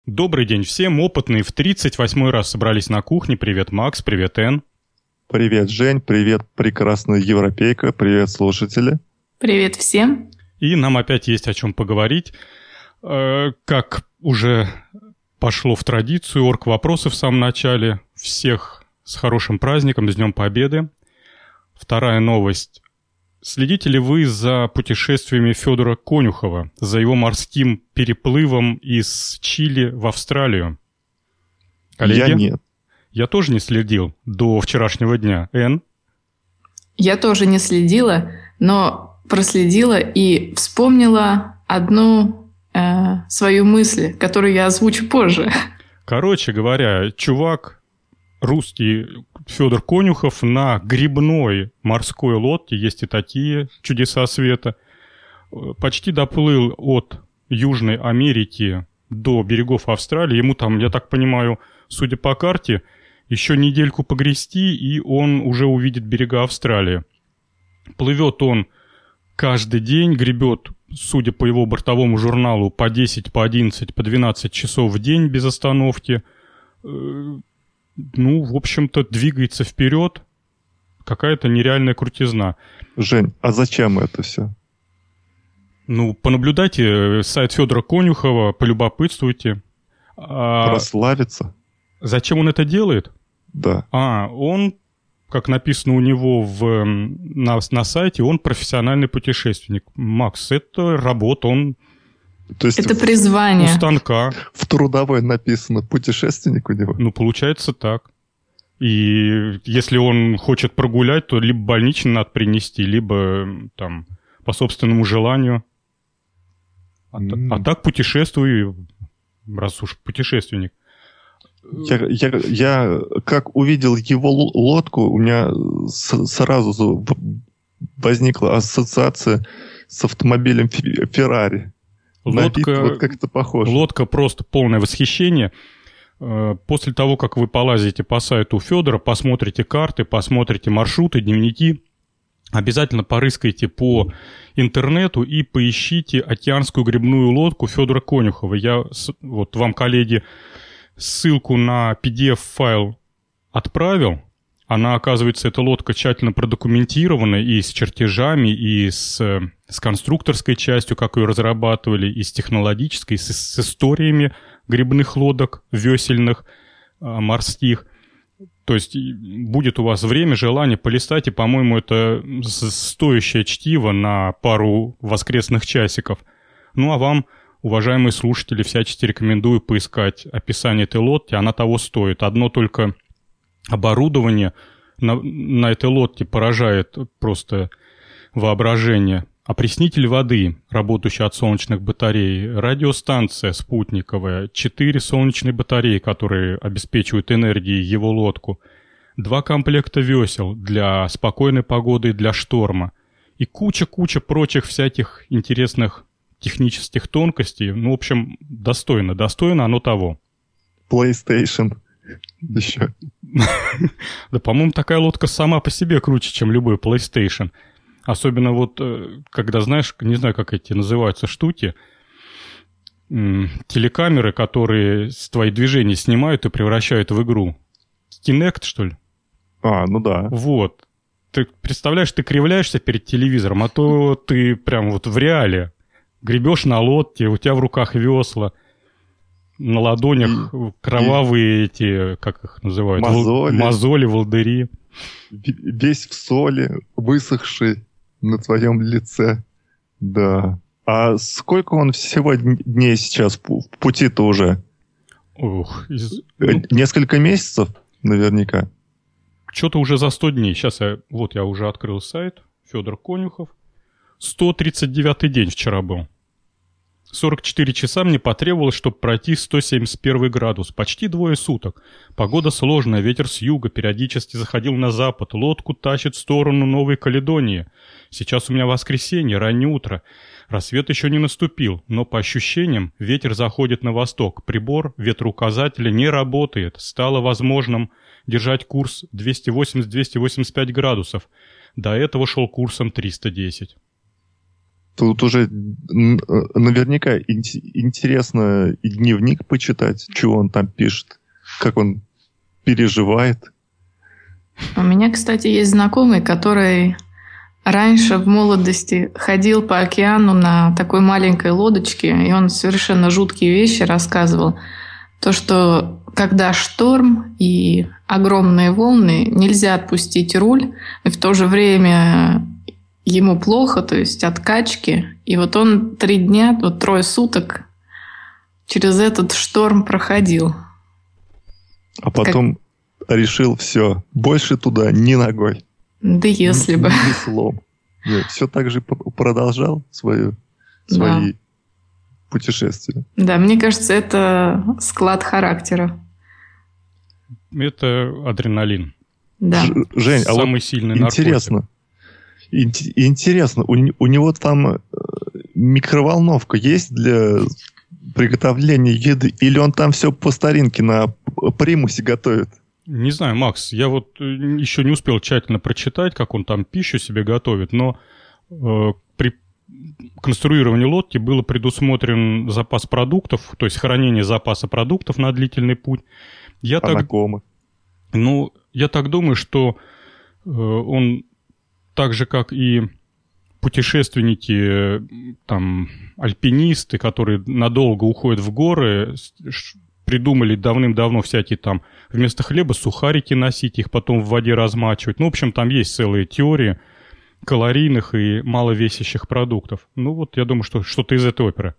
Добрый день всем. Опытные в 38-й раз собрались на кухне. Привет, Макс. Привет, Эн. Привет, Жень. Привет, прекрасная европейка. Привет, слушатели. Привет всем. И нам опять есть о чем поговорить. Как уже пошло в традицию, орг-вопросы в самом начале. Всех с хорошим праздником, с Днем Победы. Вторая новость. Следите ли вы за путешествиями Федора Конюхова, за его морским переплывом из Чили в Австралию? Коллеги? Я нет. Я тоже не следил до вчерашнего дня. Эн? Я тоже не следила, но проследила и вспомнила одну свою мысль, которую я озвучу позже. Короче говоря, чувак русский Федор Конюхов на грибной морской лодке, есть и такие чудеса света, почти доплыл от Южной Америки до берегов Австралии. Ему там, я так понимаю, судя по карте, еще недельку погрести, и он уже увидит берега Австралии. Плывет он каждый день, гребет, судя по его бортовому журналу, по 10, по 11, по 12 часов в день без остановки. В общем-то, двигается вперед. Какая-то нереальная крутизна. Жень, а зачем это все? Понаблюдайте сайт Федора Конюхова, полюбопытствуйте. Прославиться? Зачем он это делает? Да. Он, как написано у него на сайте, он профессиональный путешественник. Макс, это работа, он... То есть это призвание. У станка. В трудовой написано «путешественник» у него? Получается так. И если он хочет прогулять, то либо больничный надо принести, либо там по собственному желанию. А так путешествую, раз уж путешественник. Я как увидел его лодку, у меня сразу возникла ассоциация с автомобилем Феррари. Лодка, вот как-то похоже. Лодка просто полное восхищение. После того, как вы полазите по сайту Федора, посмотрите карты, посмотрите маршруты, дневники, обязательно порыскайте по интернету и поищите океанскую грибную лодку Федора Конюхова. Я вам, коллеги, ссылку на PDF-файл отправил. Она, оказывается, эта лодка тщательно продокументирована и с чертежами, и с конструкторской частью, как ее разрабатывали, и с технологической, с историями грибных лодок, весельных, морских. То есть будет у вас время, желание полистать, и, по-моему, это стоящее чтиво на пару воскресных часиков. А вам, уважаемые слушатели, всячески рекомендую поискать описание этой лодки, она того стоит. Одно только оборудование на этой лодке поражает просто воображение. Опреснитель воды, работающий от солнечных батарей, радиостанция спутниковая, 4 солнечные батареи, которые обеспечивают энергией его лодку, 2 комплекта весел для спокойной погоды и для шторма, и куча прочих всяких интересных технических тонкостей. В общем, достойно оно того. PlayStation. Еще. Да, по-моему, такая лодка сама по себе круче, чем любой PlayStation. Особенно когда, знаешь, не знаю, как эти называются штуки, телекамеры, которые твои движения снимают и превращают в игру. Kinect, что ли? Да. Вот. Ты представляешь, ты кривляешься перед телевизором, а то ты прям в реале гребешь на лодке, у тебя в руках весла, на ладонях кровавые эти, как их называют? Мозоли, волдыри. Весь в соли, высохший на твоем лице. Да. А сколько он всего дней сейчас в пути-то уже? Несколько месяцев наверняка. Что-то уже за 100 дней. Сейчас я уже открыл сайт. Федор Конюхов. 139-й день вчера был. 44 часа мне потребовалось, чтобы пройти 171 градус. Почти 2 суток. Погода сложная, ветер с юга, периодически заходил на запад. Лодку тащит в сторону Новой Каледонии. Сейчас у меня воскресенье, раннее утро. Рассвет еще не наступил, но по ощущениям ветер заходит на восток. Прибор ветроуказателя не работает. Стало возможным держать курс 280-285 градусов. До этого шел курсом 310. Тут уже наверняка интересно и дневник почитать, что он там пишет, как он переживает. У меня, кстати, есть знакомый, который раньше в молодости ходил по океану на такой маленькой лодочке, и он совершенно жуткие вещи рассказывал. То, что когда шторм и огромные волны, нельзя отпустить руль, и в то же время ему плохо, то есть от качки. И вот он 3 дня, 3 суток через этот шторм проходил. А потом решил, все, больше туда ни ногой. Да если бы. Ни словом. Все так же продолжал свои путешествия. Да, мне кажется, это склад характера. Это адреналин. Да. Жень, самый сильный наркотик. Интересно, у него там микроволновка есть для приготовления еды? Или он там все по старинке на примусе готовит? Не знаю, Макс, я вот еще не успел тщательно прочитать, как он там пищу себе готовит, но при конструировании лодки был предусмотрен запас продуктов, то есть хранение запаса продуктов на длительный путь. Я так думаю, что он так же, как и путешественники, там, альпинисты, которые надолго уходят в горы, придумали давным-давно всякие там вместо хлеба сухарики носить, их потом в воде размачивать. Ну, в общем, там есть целые теории калорийных и маловесящих продуктов. Ну, вот я думаю, что что-то из этой оперы.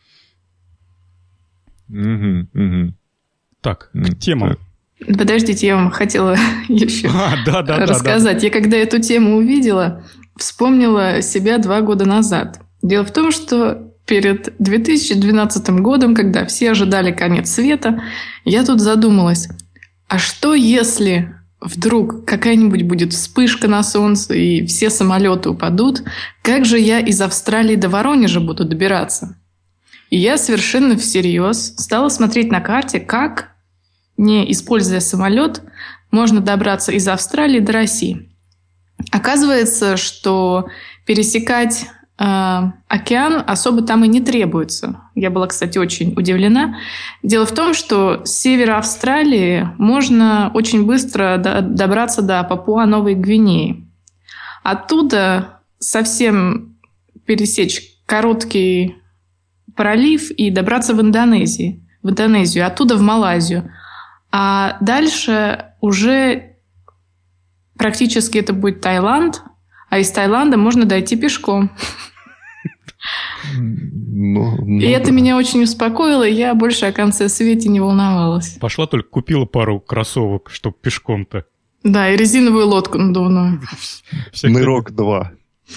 Так, к темам. Подождите, я вам хотела еще рассказать. Я когда эту тему увидела, вспомнила себя 2 года назад. Дело в том, что перед 2012 годом, когда все ожидали конец света, я тут задумалась, а что если вдруг какая-нибудь будет вспышка на солнце и все самолеты упадут, как же я из Австралии до Воронежа буду добираться? И я совершенно всерьез стала смотреть на карте, как, не используя самолет, можно добраться из Австралии до России. Оказывается, что пересекать океан особо там и не требуется. Я была, кстати, очень удивлена. Дело в том, что с севера Австралии можно очень быстро добраться до Папуа-Новой Гвинеи. Оттуда совсем пересечь короткий пролив и добраться в Индонезию, оттуда в Малайзию. А дальше уже практически это будет Таиланд, а из Таиланда можно дойти пешком. И это меня очень успокоило, и я больше о конце света не волновалась. Пошла только купила пару кроссовок, чтоб пешком-то. Да, и резиновую лодку надувную. Нырок 2.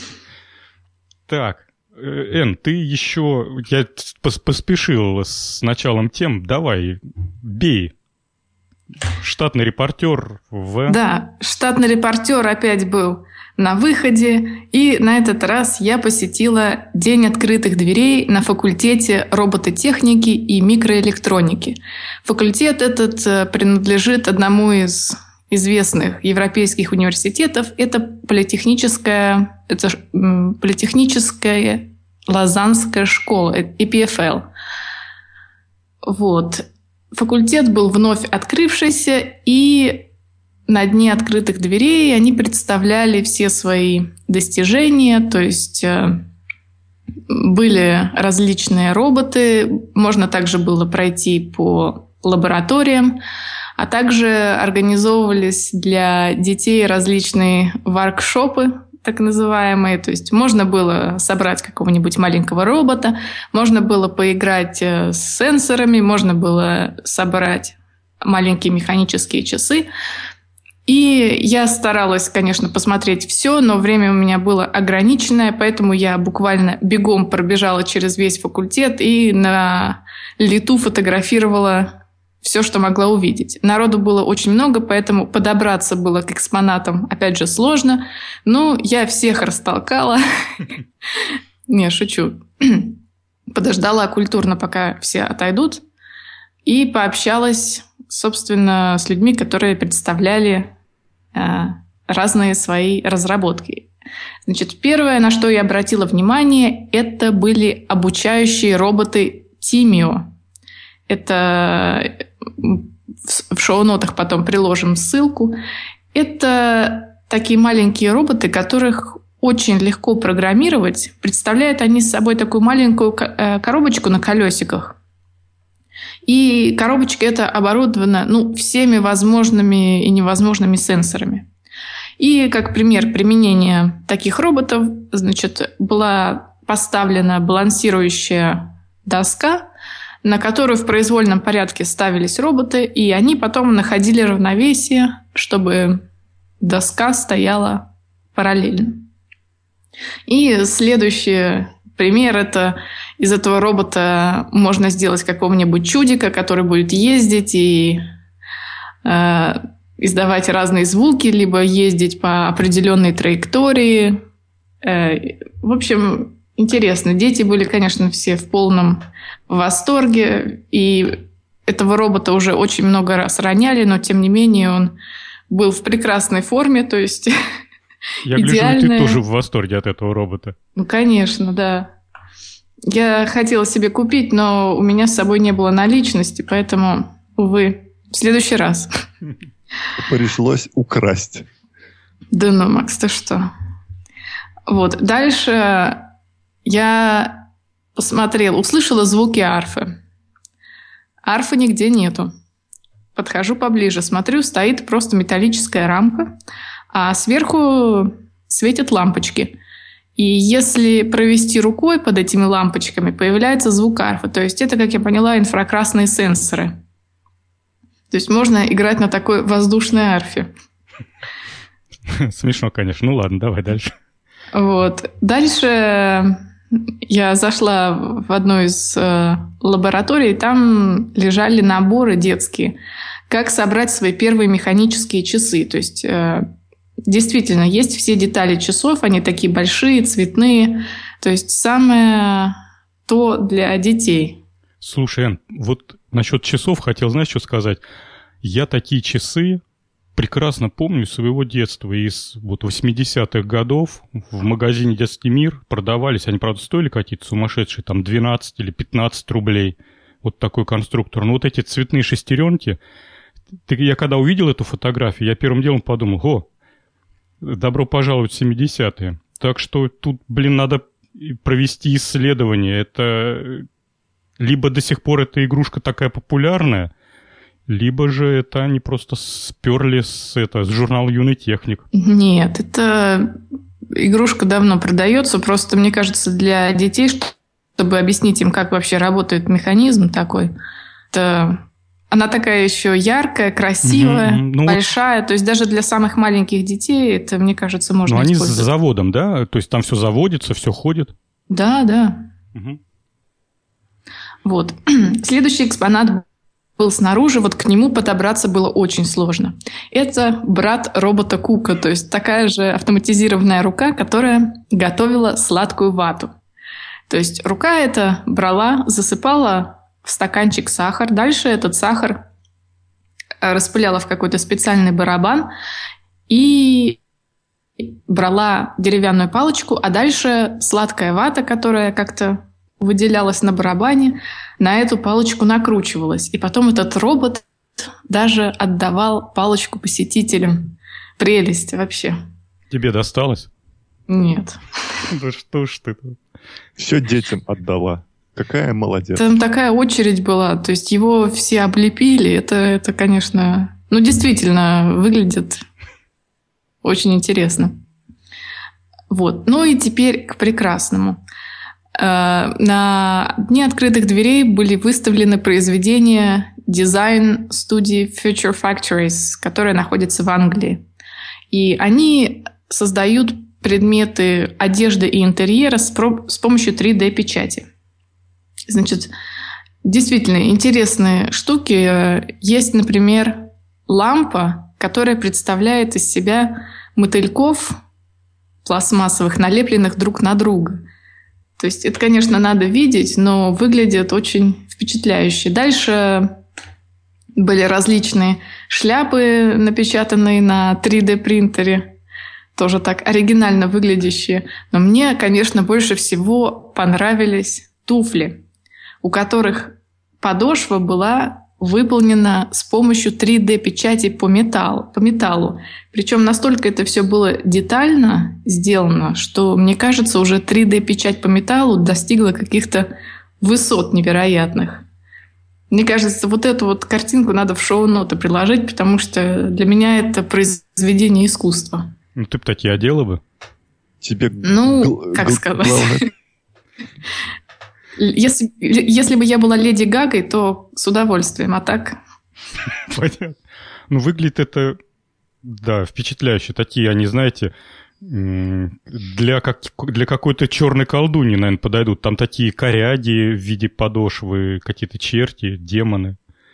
Так, Эн, ты еще... Я поспешил с началом тем. Давай, бей. Штатный репортер в... Да, штатный репортер опять был на выходе, и на этот раз я посетила День открытых дверей на факультете робототехники и микроэлектроники. Факультет этот принадлежит одному из известных европейских университетов. Это политехническая Лозаннская школа, EPFL. Вот. Факультет был вновь открывшийся, и на Дне открытых дверей они представляли все свои достижения, то есть были различные роботы, можно также было пройти по лабораториям, а также организовывались для детей различные воркшопы, так называемые. То есть можно было собрать какого-нибудь маленького робота, можно было поиграть с сенсорами, можно было собрать маленькие механические часы. И я старалась, конечно, посмотреть все, но время у меня было ограниченное, поэтому я буквально бегом пробежала через весь факультет и на лету фотографировала все, что могла увидеть. Народу было очень много, поэтому подобраться было к экспонатам, опять же, сложно. Но я всех растолкала. Не, шучу. Подождала культурно, пока все отойдут. И пообщалась, собственно, с людьми, которые представляли разные свои разработки. Значит, первое, на что я обратила внимание, это были обучающие роботы Тимио. Это в шоу-нотах потом приложим ссылку. Это такие маленькие роботы, которых очень легко программировать. Представляют они собой такую маленькую коробочку на колесиках. И коробочка эта оборудована всеми возможными и невозможными сенсорами. И как пример применения таких роботов, значит, была поставлена балансирующая доска, на которую в произвольном порядке ставились роботы, и они потом находили равновесие, чтобы доска стояла параллельно. И следующий пример – это из этого робота можно сделать какого-нибудь чудика, который будет ездить и издавать разные звуки, либо ездить по определенной траектории. В общем, интересно. Дети были, конечно, все в полном восторге, и этого робота уже очень много раз роняли, но, тем не менее, он был в прекрасной форме, то есть я гляжу, ты тоже в восторге от этого робота. Ну, конечно, да. Я хотела себе купить, но у меня с собой не было наличности, поэтому, увы, в следующий раз. Пришлось украсть. Да ну, Макс, ты что? Вот, дальше я посмотрела, услышала звуки арфы. Арфы нигде нету. Подхожу поближе, смотрю, стоит просто металлическая рамка, а сверху светят лампочки. И если провести рукой под этими лампочками, появляется звук арфы. То есть это, как я поняла, инфракрасные сенсоры. То есть можно играть на такой воздушной арфе. Смешно, конечно. Ну ладно, давай дальше. Вот. Дальше я зашла в одну из лабораторий, там лежали наборы детские, как собрать свои первые механические часы. То есть действительно есть все детали часов, они такие большие, цветные. То есть самое то для детей. Слушай, Эн, вот насчет часов хотел, знаешь, что сказать? Я такие часы прекрасно помню из своего детства, из 80-х годов в магазине «Детский мир» продавались, они, правда, стоили какие-то сумасшедшие, там 12 или 15 рублей, вот такой конструктор. Но вот эти цветные шестеренки, я когда увидел эту фотографию, я первым делом подумал, добро пожаловать в 70-е. Так что тут, надо провести исследование. Это либо до сих пор эта игрушка такая популярная, либо же это они просто сперли с журнала «Юный техник». Нет, эта игрушка давно продается. Просто, мне кажется, для детей, чтобы объяснить им, как вообще работает механизм такой, она такая еще яркая, красивая, большая. То есть даже для самых маленьких детей это, мне кажется, можно использовать. Но они с заводом, да? То есть там все заводится, все ходит? Да, да. Угу. Вот. Следующий экспонат был снаружи, вот к нему подобраться было очень сложно. Это брат робота Кука, то есть такая же автоматизированная рука, которая готовила сладкую вату. То есть рука эта брала, засыпала в стаканчик сахар, дальше этот сахар распыляла в какой-то специальный барабан и брала деревянную палочку, а дальше сладкая вата, которая как-то выделялась на барабане, на эту палочку накручивалась. И потом этот робот даже отдавал палочку посетителям. Прелесть вообще. Тебе досталось? Нет. Да что ж ты тут? Все детям отдала. Какая молодец. Там такая очередь была. То есть его все облепили. Это конечно... действительно, выглядит очень интересно. Вот. Ну и теперь к прекрасному. На Дне открытых дверей были выставлены произведения дизайн-студии Future Factories, которая находится в Англии. И они создают предметы одежды и интерьера с помощью 3D-печати. Значит, действительно интересные штуки. Есть, например, лампа, которая представляет из себя мотыльков пластмассовых, налепленных друг на друга. То есть это, конечно, надо видеть, но выглядит очень впечатляюще. Дальше были различные шляпы, напечатанные на 3D-принтере. тоже так оригинально выглядящие. Но мне, конечно, больше всего понравились туфли, у которых подошва была выполнена с помощью 3D-печати по металлу. Причем настолько это все было детально сделано, что, мне кажется, уже 3D-печать по металлу достигла каких-то высот невероятных. Мне кажется, вот эту вот картинку надо в шоу-ноты приложить, потому что для меня это произведение искусства. Ну, ты бы такие одела бы? Тебе как сказать? Если бы я была Леди Гагой, то с удовольствием, а так... Понятно. Ну, выглядит это, да, впечатляюще. Такие, они, знаете, для какой-то черной колдуньи, наверное, подойдут. Там такие коряги в виде подошвы, какие-то черти, демоны.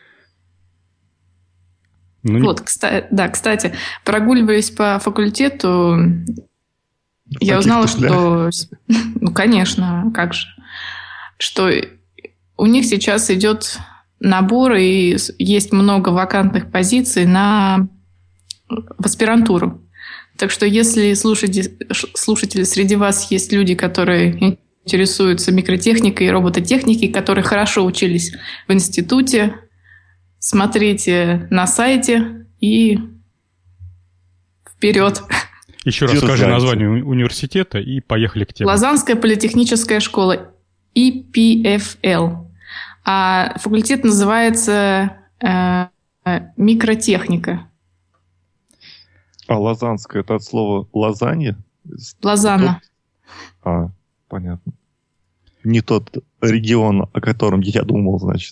Ну, вот, кстати, прогуливаясь по факультету, я узнала, что... Ну, конечно, как же. Что у них сейчас идет набор, и есть много вакантных позиций в аспирантуру. Так что если слушатели среди вас есть люди, которые интересуются микротехникой и робототехникой, которые хорошо учились в институте, смотрите на сайте и вперед. Еще раз скажи название университета и поехали к теме. Лозаннская политехническая школа, EPFL. А факультет называется микротехника. А Лозаннская — это от слова лазанья? Лозанна. Понятно. Не тот регион, о котором я думал, значит.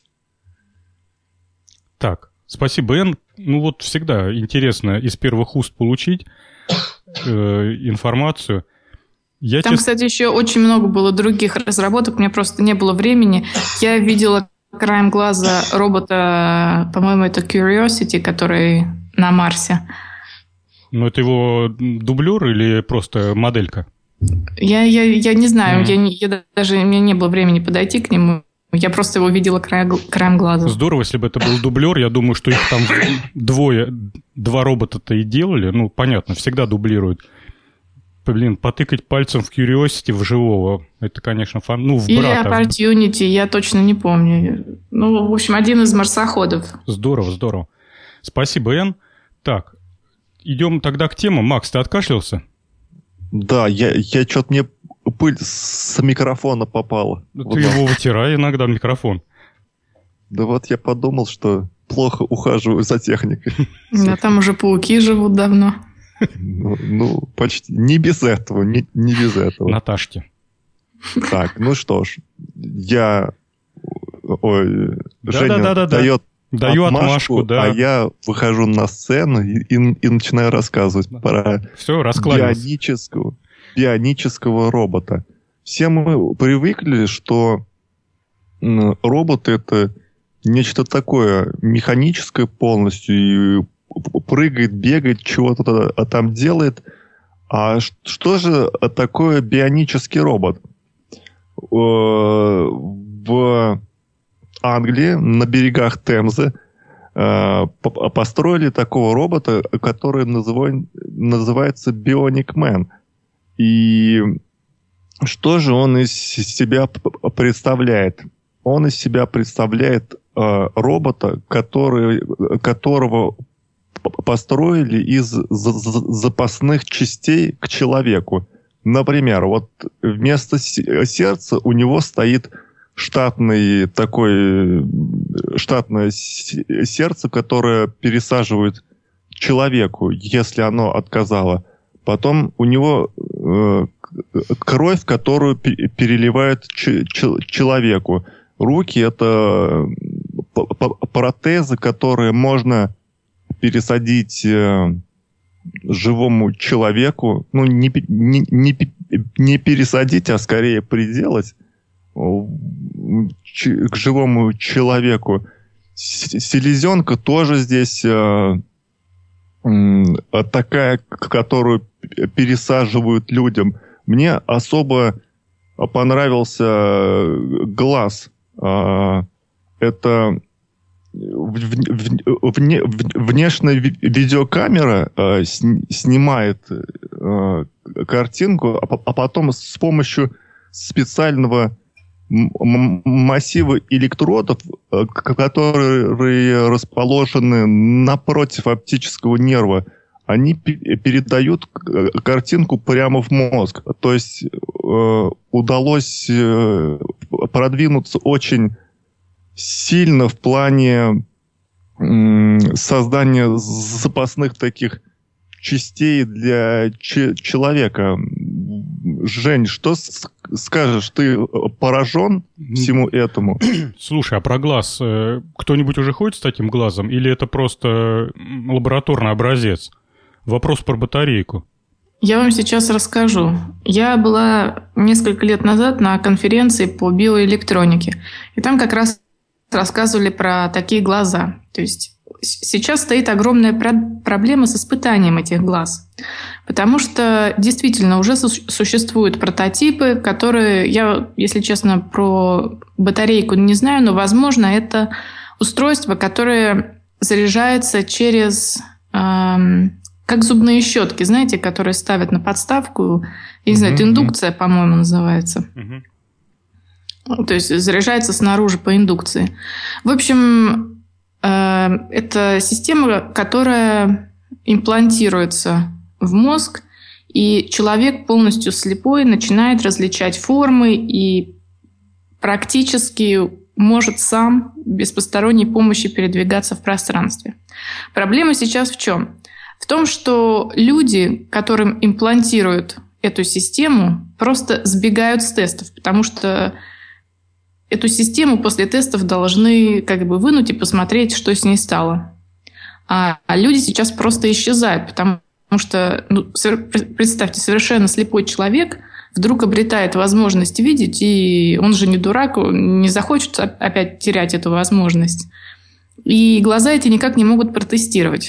Так, спасибо, Энн. Ну вот всегда интересно из первых уст получить информацию. Там, кстати, еще очень много было других разработок, у меня просто не было времени. Я видела краем глаза робота, по-моему, это Curiosity, который на Марсе. Ну, это его дублер или просто моделька? Я не знаю, у меня не было времени подойти к нему. Я просто его видела краем глаза. Здорово, если бы это был дублер. Я думаю, что их там два робота-то и делали. Ну, понятно, всегда дублируют. Блин, потыкать пальцем в Curiosity в живого, это, конечно, в брата. Или Opportunity, я точно не помню. Ну, в общем, один из марсоходов. Здорово. Спасибо, Энн. Так, идем тогда к темам. Макс, ты откашлялся? Да, я что-то мне пыль с микрофона попала. Ты его вытирай иногда, микрофон. Да вот я подумал, что плохо ухаживаю за техникой. Да, там уже пауки живут давно. Ну, почти. Не без этого, не без этого. Наташки. Так, ну что ж. Женя дает отмашку, да. А я выхожу на сцену и начинаю рассказывать про бионического робота. Все мы привыкли, что робот — это нечто такое механическое полностью, и прыгает, бегает, чего-то там делает. А что же такое бионический робот? В Англии на берегах Темзы построили такого робота, который называется Bionic Man. И что же он из себя представляет? Он из себя представляет робота, которого построили из запасных частей к человеку. Например, вот вместо сердца у него стоит штатное сердце, которое пересаживают человеку, если оно отказало. Потом у него кровь, которую переливают человеку. Руки — это протезы, которые можно пересадить живому человеку. Ну, не пересадить, а скорее приделать к живому человеку. Селезенка тоже здесь такая, которую пересаживают людям. Мне особо понравился глаз. Это внешняя видеокамера снимает картинку, а потом с помощью специального массива электродов, которые расположены напротив оптического нерва, они передают картинку прямо в мозг. То есть удалось продвинуться очень сильно в плане создания запасных таких частей для человека. Жень, что скажешь? Ты поражен всему этому? Слушай, а про глаз кто-нибудь уже ходит с таким глазом? Или это просто лабораторный образец? Вопрос про батарейку. Я вам сейчас расскажу. Я была несколько лет назад на конференции по биоэлектронике. И там как раз рассказывали про такие глаза. То есть сейчас стоит огромная проблема с испытанием этих глаз. Потому что действительно уже существуют прототипы, которые, я, если честно, про батарейку не знаю, но, возможно, это устройство, которое заряжается через, как зубные щетки, знаете, которые ставят на подставку. Я не знаю, это индукция, по-моему, называется. То есть заряжается снаружи по индукции. В общем, это система, которая имплантируется в мозг, и человек полностью слепой начинает различать формы и практически может сам без посторонней помощи передвигаться в пространстве. Проблема сейчас в чем? В том, что люди, которым имплантируют эту систему, просто сбегают с тестов, потому что эту систему после тестов должны как бы вынуть и посмотреть, что с ней стало. А люди сейчас просто исчезают, потому что, представьте, совершенно слепой человек вдруг обретает возможность видеть, и он же не дурак, он не захочет опять терять эту возможность. И глаза эти никак не могут протестировать.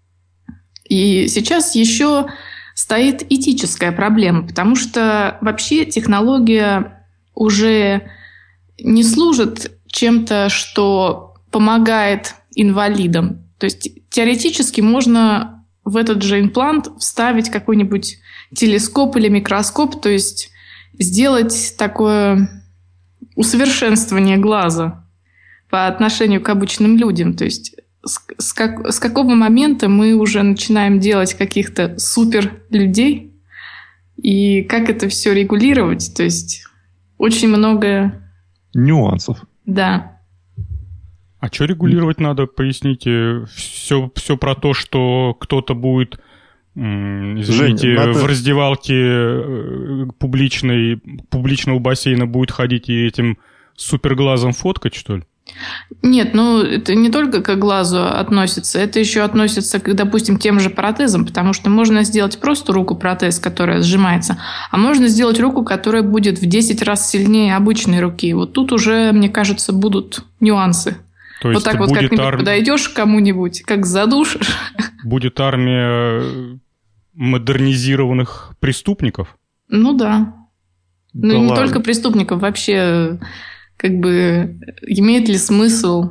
И сейчас еще стоит этическая проблема, потому что вообще технология уже не служит чем-то, что помогает инвалидам. То есть теоретически можно в этот же имплант вставить какой-нибудь телескоп или микроскоп, то есть сделать такое усовершенствование глаза по отношению к обычным людям. То есть с какого момента мы уже начинаем делать каких-то супер людей, и как это все регулировать? То есть очень много нюансов. Да. А что регулировать надо, поясните? Все про то, что кто-то будет, извините, Жень, в раздевалке публичного бассейна будет ходить и этим суперглазом фоткать, что ли? Нет, это не только к глазу относится, это еще относится к, допустим, к тем же протезам, потому что можно сделать просто руку-протез, которая сжимается, а можно сделать руку, которая будет в 10 раз сильнее обычной руки. Вот тут уже, мне кажется, будут нюансы. То есть вот так вот как-нибудь подойдешь к кому-нибудь, как задушишь. Будет армия модернизированных преступников? Ну да. Да не только преступников, вообще... Как бы, имеет ли смысл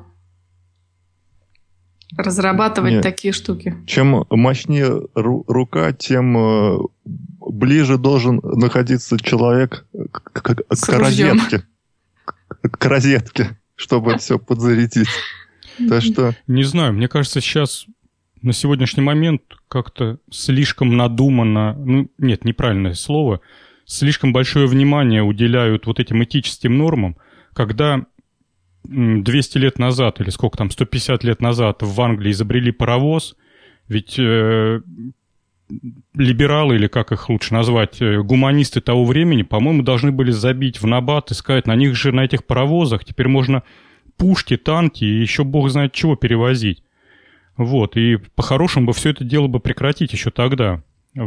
разрабатывать такие штуки? Чем мощнее рука, тем ближе должен находиться человек к розетке. К розетке, чтобы все подзарядить. Так что... Не знаю, мне кажется, сейчас на сегодняшний момент как-то слишком надуманно... Нет, неправильное слово. Слишком большое внимание уделяют вот этим этическим нормам. Когда 200 лет назад, или сколько там, 150 лет назад в Англии изобрели паровоз, ведь либералы, или как их лучше назвать, гуманисты того времени, по-моему, должны были забить в набат и сказать, на них же, на этих паровозах теперь можно пушки, танки и еще бог знает чего перевозить. Вот, и по-хорошему бы все это дело бы прекратить еще тогда,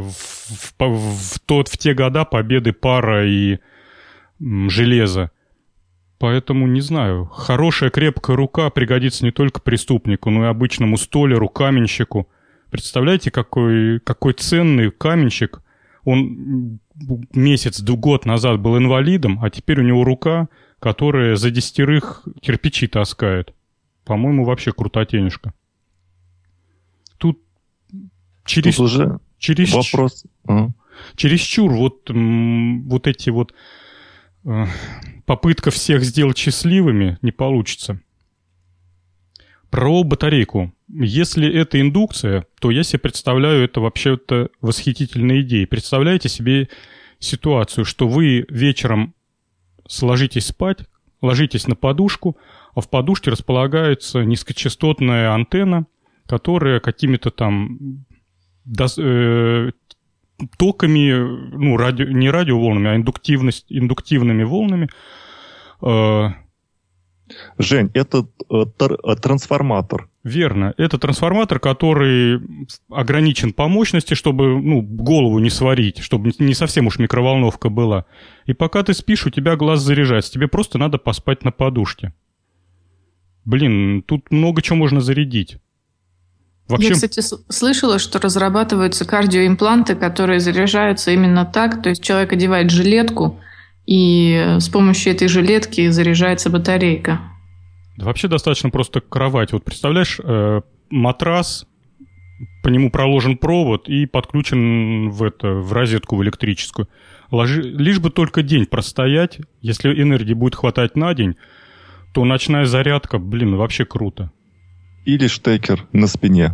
в те года победы пара и железа. Поэтому, не знаю, хорошая крепкая рука пригодится не только преступнику, но и обычному столяру, каменщику. Представляете, какой ценный каменщик. Он год назад был инвалидом, а теперь у него рука, которая за 10 кирпичи таскает. По-моему, вообще крутотенежка. Тут уже вопрос. чересчур вот эти вот попытка всех сделать счастливыми не получится. Про батарейку. Если это индукция, то я себе представляю, это вообще-то восхитительная идея. Представляете себе ситуацию, что вы вечером ложитесь спать, ложитесь на подушку, а в подушке располагается низкочастотная антенна, которая какими-то там токами, ну, не радиоволнами, а индуктивными волнами. Жень, это трансформатор. Верно. Это трансформатор, который ограничен по мощности, чтобы голову не сварить, чтобы не совсем уж микроволновка была. И пока ты спишь, у тебя глаз заряжается. Тебе просто надо поспать на подушке. Блин, тут много чего можно зарядить. Вообще... Я, кстати, слышала, что разрабатываются кардиоимпланты, которые заряжаются именно так. То есть человек одевает жилетку, и с помощью этой жилетки заряжается батарейка. Да вообще достаточно просто кровать. Вот представляешь, матрас, по нему проложен провод и подключен в розетку в электрическую. Лишь бы только день простоять. Если энергии будет хватать на день, то ночная зарядка, блин, вообще круто. Или штекер на спине.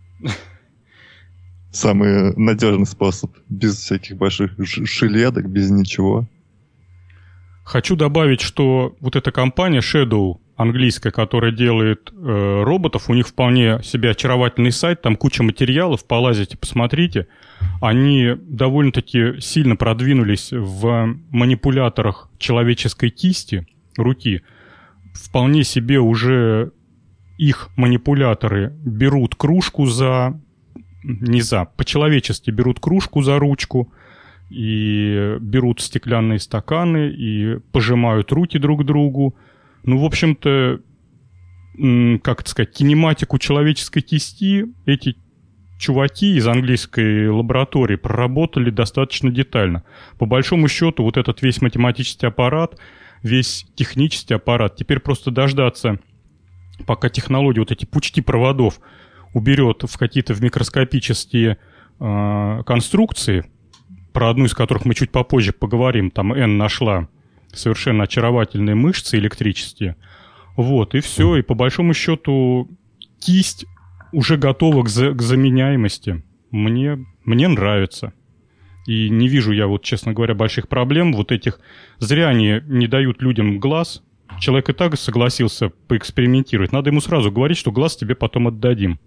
Самый надежный способ. Без всяких больших жилеток, без ничего. Хочу добавить, что вот эта компания Shadow, английская, которая делает роботов, у них вполне себе очаровательный сайт, там куча материалов, полазите, посмотрите. Они довольно-таки сильно продвинулись в манипуляторах человеческой кисти, руки. Вполне себе уже их манипуляторы берут кружку по-человечески берут кружку за ручку, и берут стеклянные стаканы и пожимают руки друг к другу. Ну, в общем-то, как это сказать, кинематику человеческой кисти эти чуваки из английской лаборатории проработали достаточно детально. По большому счету, вот этот весь математический аппарат, весь технический аппарат, теперь просто дождаться, пока технология вот эти пучки проводов уберет в какие-то микроскопические конструкции, про одну из которых мы чуть попозже поговорим, там Энн нашла совершенно очаровательные мышцы электрические. Вот, и все. И по большому счету кисть уже готова к заменяемости. Мне нравится. И не вижу я, вот, честно говоря, больших проблем. Вот этих... Зря они не дают людям глаз. Человек и так согласился поэкспериментировать. Надо ему сразу говорить, что глаз тебе потом отдадим.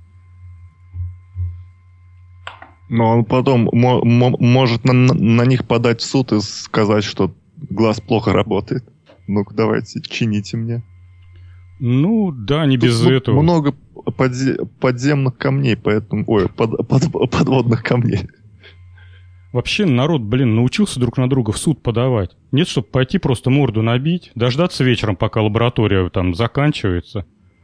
Но он потом может на них подать в суд и сказать, что глаз плохо работает. Ну-ка, давайте, чините мне. Ну, да, не без этого. Много подземных камней, поэтому... подводных камней. Вообще народ, научился друг на друга в суд подавать. Нет, чтобы пойти просто морду набить, дождаться вечером, пока лаборатория там заканчивается.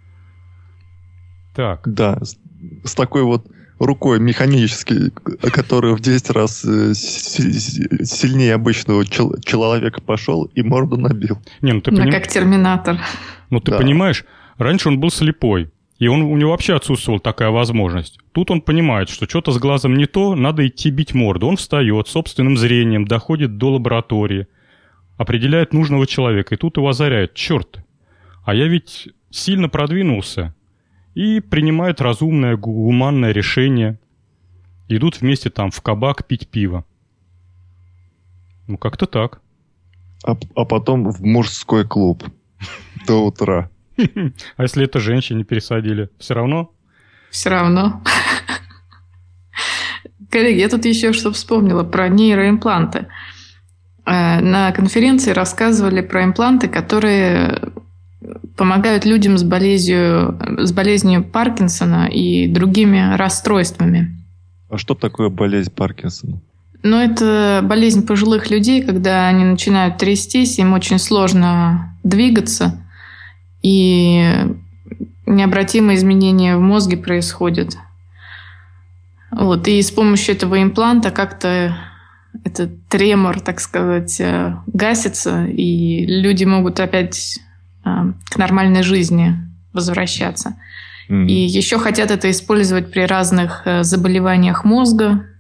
Так. Да, с такой вот рукой механической, которая в 10 раз сильнее обычного человека пошел и морду набил. Как терминатор. Ну, ты понимаешь, раньше он был слепой, и у него вообще отсутствовала такая возможность. Тут он понимает, что что-то с глазом не то, надо идти бить морду. Он встает, собственным зрением доходит до лаборатории, определяет нужного человека, и тут его озаряет. Черт, а я ведь сильно продвинулся. И принимает разумное, гуманное решение. Идут вместе там в кабак пить пиво. Ну, как-то так. А потом в мужской клуб. До утра. А если это женщине пересадили? Все равно? Все равно. Коллеги, я тут еще что вспомнила про нейроимпланты. На конференции рассказывали про импланты, которые помогают людям с болезнью Паркинсона и другими расстройствами. А что такое болезнь Паркинсона? Ну, это болезнь пожилых людей, когда они начинают трястись, им очень сложно двигаться, и необратимые изменения в мозге происходят. Вот, и с помощью этого импланта как-то этот тремор, так сказать, гасится, и люди могут опять к нормальной жизни возвращаться. И еще хотят это использовать при разных заболеваниях мозга,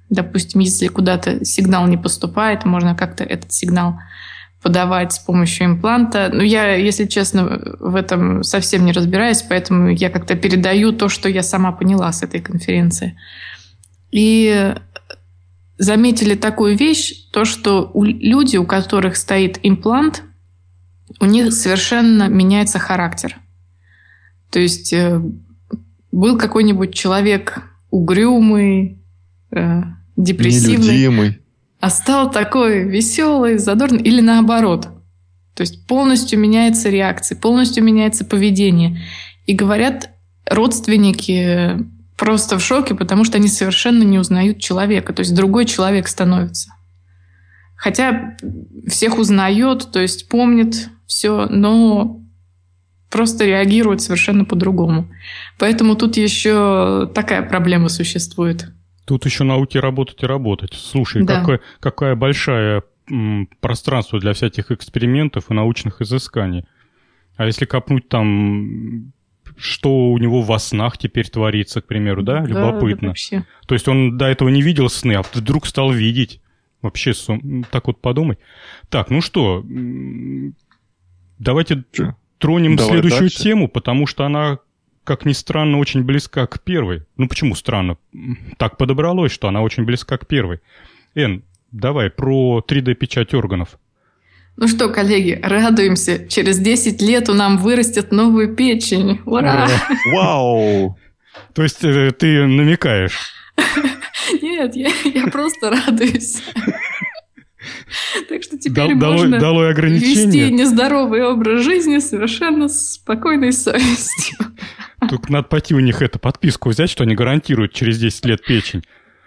Допустим, если куда-то сигнал не поступает, можно как-то этот сигнал подавать с помощью импланта. Но я, если честно, в этом совсем не разбираюсь, поэтому я как-то передаю то, что я сама поняла с этой конференции. И заметили такую вещь, то, что люди, у которых стоит имплант, у них совершенно меняется характер. То есть был какой-нибудь человек угрюмый, депрессивный, нелюдимый, а стал такой веселый, задорный, или наоборот. То есть полностью меняется реакция, полностью меняется поведение. И говорят, родственники просто в шоке, потому что они совершенно не узнают человека. То есть другой человек становится. Хотя всех узнает, то есть помнит все, но просто реагирует совершенно по-другому. Поэтому тут еще такая проблема существует. Тут еще науке работать и работать. Слушай, да. какая большая пространство для всяких экспериментов и научных изысканий. А если копнуть там, что у него во снах теперь творится, к примеру, да? Любопытно. Да, вообще. То есть он до этого не видел сны, а вдруг стал видеть. Вообще, так вот подумай. Так, ну что, давайте тронем следующую тему, потому что она, как ни странно, очень близка к первой. Ну, почему странно? Так подобралось, что она очень близка к первой. Эн, давай про 3D-печать органов. Ну что, коллеги, радуемся. Через 10 лет у нас вырастет новую печень. Ура! Вау! То есть ты намекаешь? Нет, я просто радуюсь. Так что теперь можно вести нездоровый образ жизни совершенно с спокойной совестью. Только надо пойти у них подписку взять, что они гарантируют через 10 лет печень.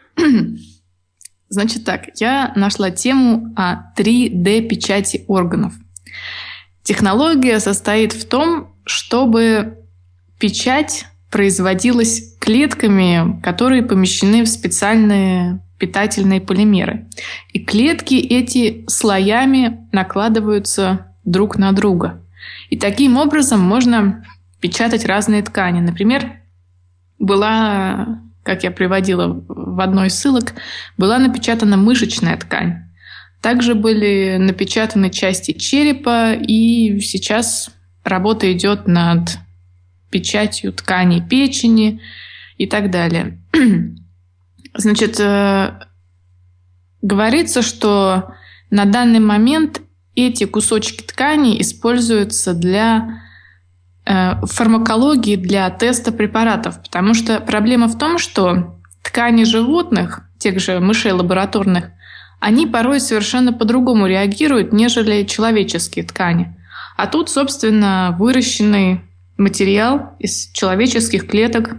Значит так, я нашла тему о 3D-печати органов. Технология состоит в том, чтобы печать производилась клетками, которые помещены в специальные питательные полимеры. И клетки эти слоями накладываются друг на друга. И таким образом можно печатать разные ткани. Например, была, как я приводила в одной из ссылок, была напечатана мышечная ткань. Также были напечатаны части черепа, и сейчас работа идет над печатью тканей печени и так далее. Значит, говорится, что на данный момент эти кусочки ткани используются для фармакологии, для теста препаратов, потому что проблема в том, что ткани животных, тех же мышей лабораторных, они порой совершенно по-другому реагируют, нежели человеческие ткани. А тут, собственно, выращенный материал из человеческих клеток.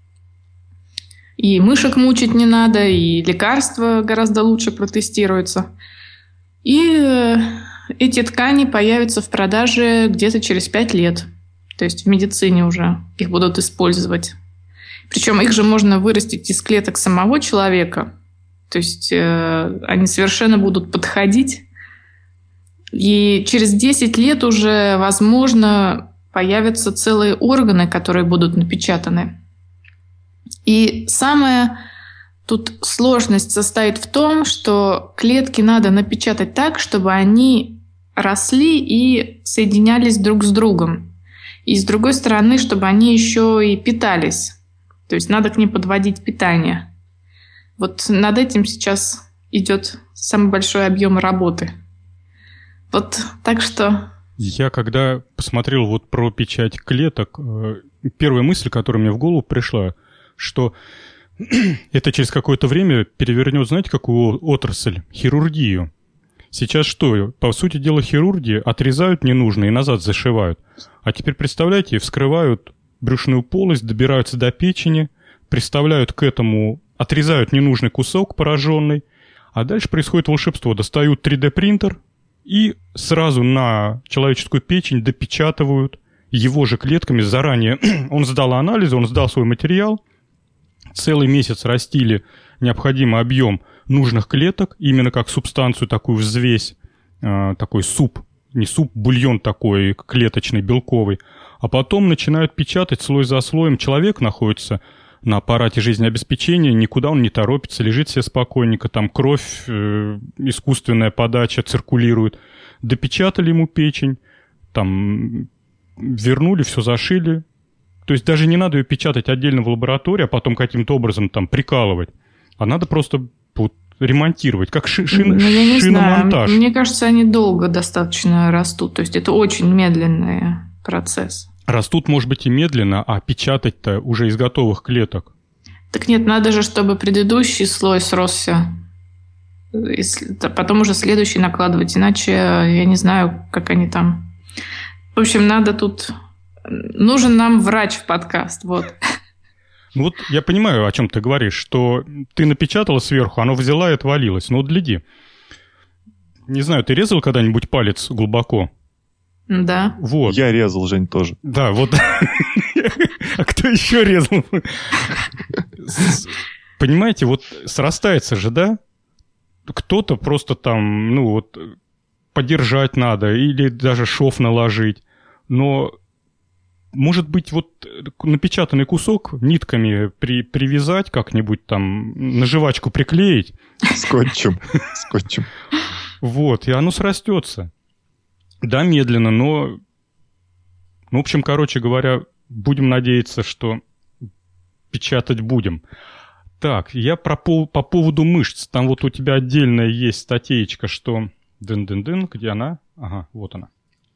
И мышек мучить не надо, и лекарства гораздо лучше протестируются. И эти ткани появятся в продаже где-то через 5 лет. То есть в медицине уже их будут использовать. Причем их же можно вырастить из клеток самого человека. То есть они совершенно будут подходить. И через 10 лет уже, возможно, появятся целые органы, которые будут напечатаны. И самая тут сложность состоит в том, что клетки надо напечатать так, чтобы они росли и соединялись друг с другом. И с другой стороны, чтобы они еще и питались. То есть надо к ним подводить питание. Вот над этим сейчас идет самый большой объем работы. Вот так что... Я когда посмотрел вот про печать клеток, первая мысль, которая мне в голову пришла, что это через какое-то время перевернет, знаете, какую отрасль? Хирургию. Сейчас что? По сути дела, хирурги отрезают ненужное и назад зашивают. А теперь, представляете, вскрывают брюшную полость, добираются до печени, приставляют к этому, отрезают ненужный кусок пораженный, а дальше происходит волшебство. Достают 3D-принтер и сразу на человеческую печень допечатывают его же клетками заранее. Он сдал анализы, он сдал свой материал, целый месяц растили необходимый объем нужных клеток, именно как субстанцию, такую взвесь, такой суп, не суп, бульон такой клеточный, белковый, а потом начинают печатать слой за слоем. Человек находится на аппарате жизнеобеспечения, никуда он не торопится, лежит себе спокойненько, там кровь, искусственная подача циркулирует. Допечатали ему печень, там вернули, все зашили. То есть даже не надо ее печатать отдельно в лаборатории, а потом каким-то образом там прикалывать. А надо просто вот ремонтировать, как шиномонтаж. Мне кажется, они долго достаточно растут. То есть это очень медленный процесс. Растут, может быть, и медленно, а печатать-то уже из готовых клеток. Так нет, надо же, чтобы предыдущий слой сросся. Потом уже следующий накладывать. Иначе я не знаю, как они там... В общем, надо тут... Нужен нам врач в подкаст, вот. Ну вот я понимаю, о чем ты говоришь, что ты напечатала сверху, оно взяла и отвалилось. Ну вот гляди. Не знаю, ты резал когда-нибудь палец глубоко? Да. Вот. Я резал, Жень, тоже. Да, вот. А кто еще резал? Понимаете, вот срастается же, да? Кто-то просто там, ну вот, подержать надо или даже шов наложить. Но... Может быть, вот напечатанный кусок нитками привязать как-нибудь там, на жвачку приклеить. Скотчем. Вот, и оно срастется. Да, медленно, но... В общем, короче говоря, будем надеяться, что печатать будем. Так, я по поводу мышц. Там вот у тебя отдельная есть статейка, что... Дын-дын-дын, где она? Ага, вот она.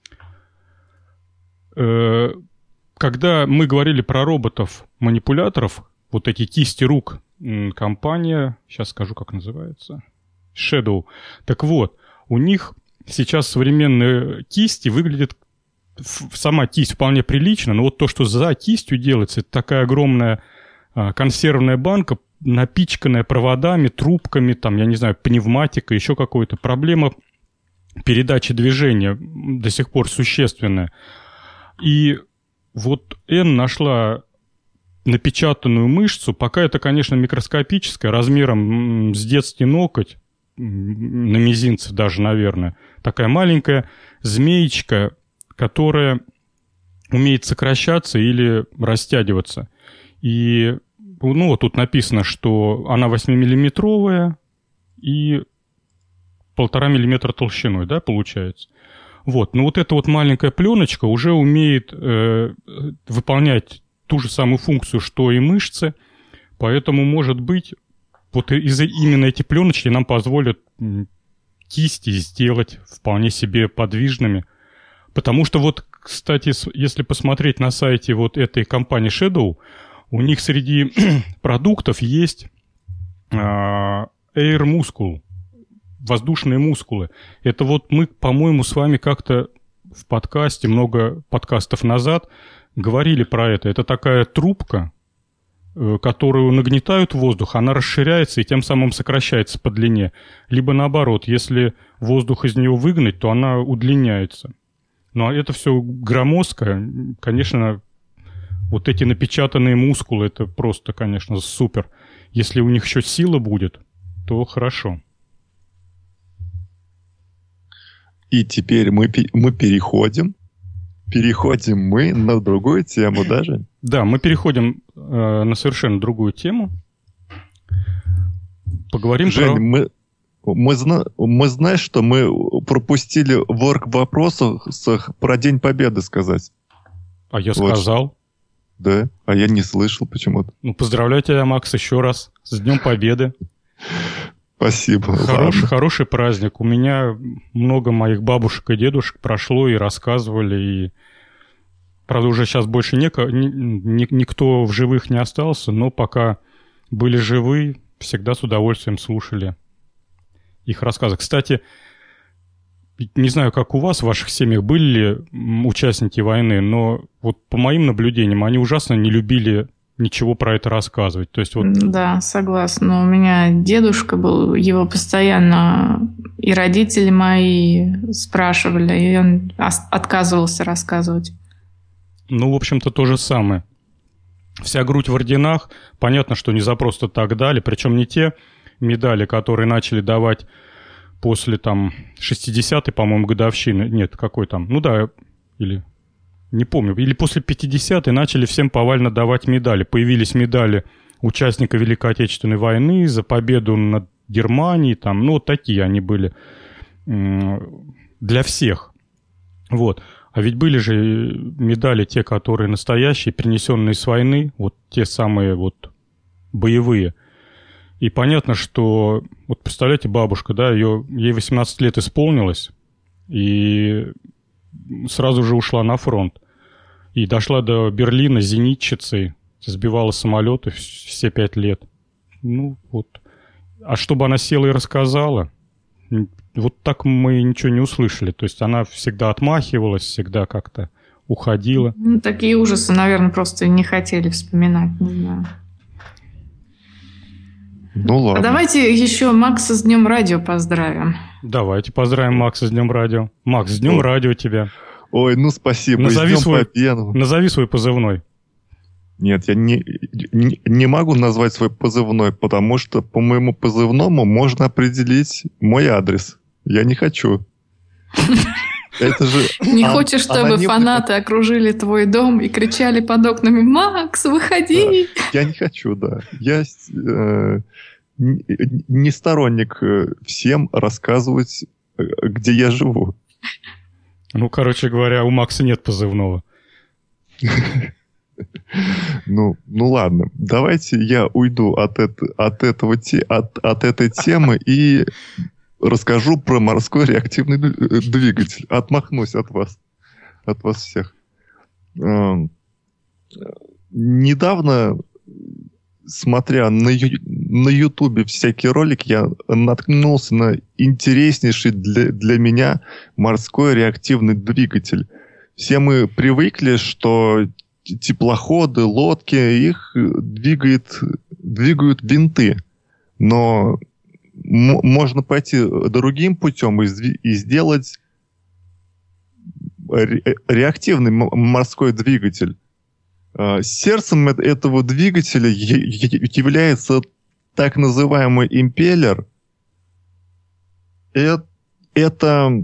Когда мы говорили про роботов-манипуляторов, вот эти кисти рук, компания, сейчас скажу, как называется, Shadow. Так вот, у них сейчас современные кисти выглядят, сама кисть вполне прилично, но вот то, что за кистью делается, это такая огромная консервная банка, напичканная проводами, трубками, там, я не знаю, пневматикой, еще какой-то. Проблема передачи движения до сих пор существенная. И вот Н нашла напечатанную мышцу, пока это, конечно, микроскопическая, размером с детский ноготь, на мизинце даже, наверное. Такая маленькая змеечка, которая умеет сокращаться или растягиваться. И, ну, вот тут написано, что она 8-миллиметровая и 1,5 миллиметра толщиной, да, получается. Вот, но вот эта вот маленькая пленочка уже умеет выполнять ту же самую функцию, что и мышцы, поэтому, может быть, вот именно эти пленочки нам позволят кисти сделать вполне себе подвижными. Потому что вот, кстати, если посмотреть на сайте вот этой компании Shadow, у них среди продуктов есть Air Muscle, воздушные мускулы. Это вот мы, по-моему, с вами как-то в подкасте, много подкастов назад, говорили про это. Это такая трубка, которую нагнетают в воздух, она расширяется и тем самым сокращается по длине. Либо наоборот, если воздух из нее выгнать, то она удлиняется. Ну, а это все громоздко. Конечно, вот эти напечатанные мускулы, это просто, конечно, супер. Если у них еще сила будет, то хорошо. И теперь мы переходим мы на другую тему даже. Да, мы переходим на совершенно другую тему. Поговорим Жень, мы знаешь, что мы пропустили в орг-вопросах про День Победы сказать. А я сказал. Да, а я не слышал почему-то. Ну, поздравляю тебя, Макс, еще раз с Днем Победы. Спасибо. Хороший праздник. У меня много моих бабушек и дедушек прошло и рассказывали. И, правда, уже сейчас больше никто в живых не остался, но пока были живы, всегда с удовольствием слушали их рассказы. Кстати, не знаю, как у вас в ваших семьях были ли участники войны, но вот по моим наблюдениям они ужасно не любили ничего про это рассказывать. То есть вот... Да, согласна. У меня дедушка был, его постоянно и родители мои спрашивали, и он отказывался рассказывать. Ну, в общем-то, то же самое. Вся грудь в орденах, понятно, что не за просто так дали, причем не те медали, которые начали давать после там 60-й, по-моему, годовщины. Нет, какой там? Ну да, или не помню, или после 50-й начали всем повально давать медали. Появились медали участника Великой Отечественной войны за победу над Германией, там, ну, вот такие они были для всех. Вот. А ведь были же медали те, которые настоящие, принесенные с войны, вот те самые вот боевые. И понятно, что, вот представляете, бабушка, да, ей 18 лет исполнилось, и сразу же ушла на фронт. И дошла до Берлина зенитчицей, сбивала самолеты все 5 лет. Ну, вот. А чтобы она села и рассказала, вот так мы ничего не услышали. То есть она всегда отмахивалась, всегда как-то уходила. Ну, такие ужасы, наверное, просто не хотели вспоминать, не знаю. Ну ладно. А давайте еще Макса с Днем Радио поздравим. Давайте поздравим Макса с Днем Радио. Макс, с Днем Радио тебя. Ой, ну спасибо. Назови свой позывной. Нет, я не могу назвать свой позывной, потому что по моему позывному можно определить мой адрес. Я не хочу. Это же... Не хочешь, чтобы фанаты окружили твой дом и кричали под окнами: «Макс, выходи!» Я не хочу, да. Я не сторонник всем рассказывать, где я живу. Ну, короче говоря, у Макса нет позывного. Ну ладно. Давайте я уйду от этой темы и расскажу про морской реактивный двигатель. Отмахнусь от вас всех. Недавно, смотря на Ютубе всякие ролики, я наткнулся на интереснейший для меня морской реактивный двигатель. Все мы привыкли, что теплоходы, лодки, их двигают винты. Но можно пойти другим путем и сделать реактивный морской двигатель. Сердцем этого двигателя является так называемый импеллер. Это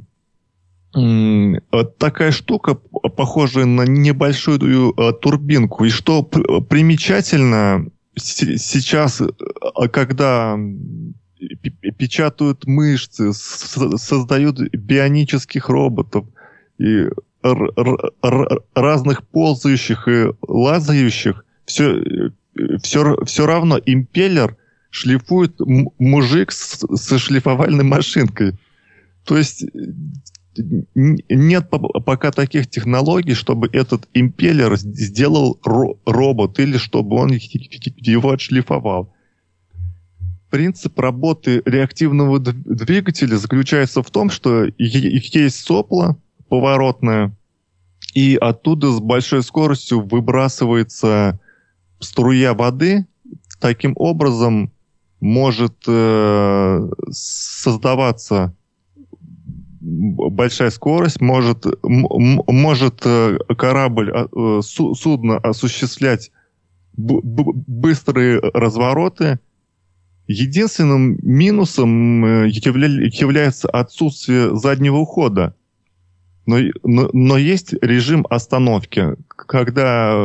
такая штука, похожая на небольшую турбинку. И что примечательно, сейчас, когда печатают мышцы, создают бионических роботов и разных ползающих и лазающих, все равно импеллер шлифует мужик со шлифовальной машинкой. То есть нет пока таких технологий, чтобы этот импеллер сделал робот или чтобы он его отшлифовал. Принцип работы реактивного двигателя заключается в том, что есть сопло поворотное, и оттуда с большой скоростью выбрасывается струя воды. Таким образом может создаваться большая скорость, может корабль, судно осуществлять быстрые развороты. Единственным минусом является отсутствие заднего хода. Но есть режим остановки, когда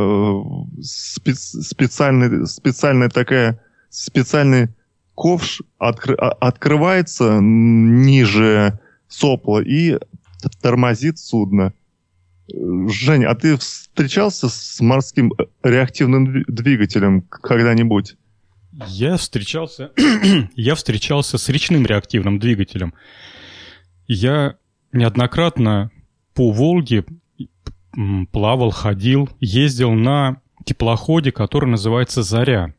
специальный ковш открывается ниже сопла и тормозит судно. Женя, а ты встречался с морским реактивным двигателем когда-нибудь? Я встречался с речным реактивным двигателем. Я неоднократно по Волге плавал, ходил, ездил на теплоходе, который называется «Заря».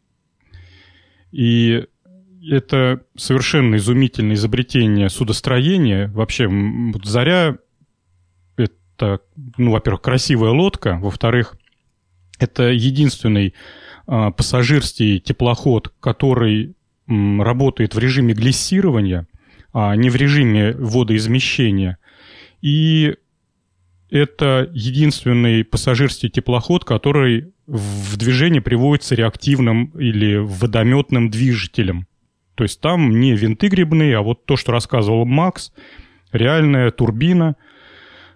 И это совершенно изумительное изобретение судостроения. Вообще, «Заря» — это, во-первых, красивая лодка, во-вторых, это единственный пассажирский теплоход, который работает в режиме глиссирования, а не в режиме водоизмещения. И это единственный пассажирский теплоход, который в движение приводится реактивным или водометным движителем. То есть там не винты гребные, а вот то, что рассказывал Макс, реальная турбина,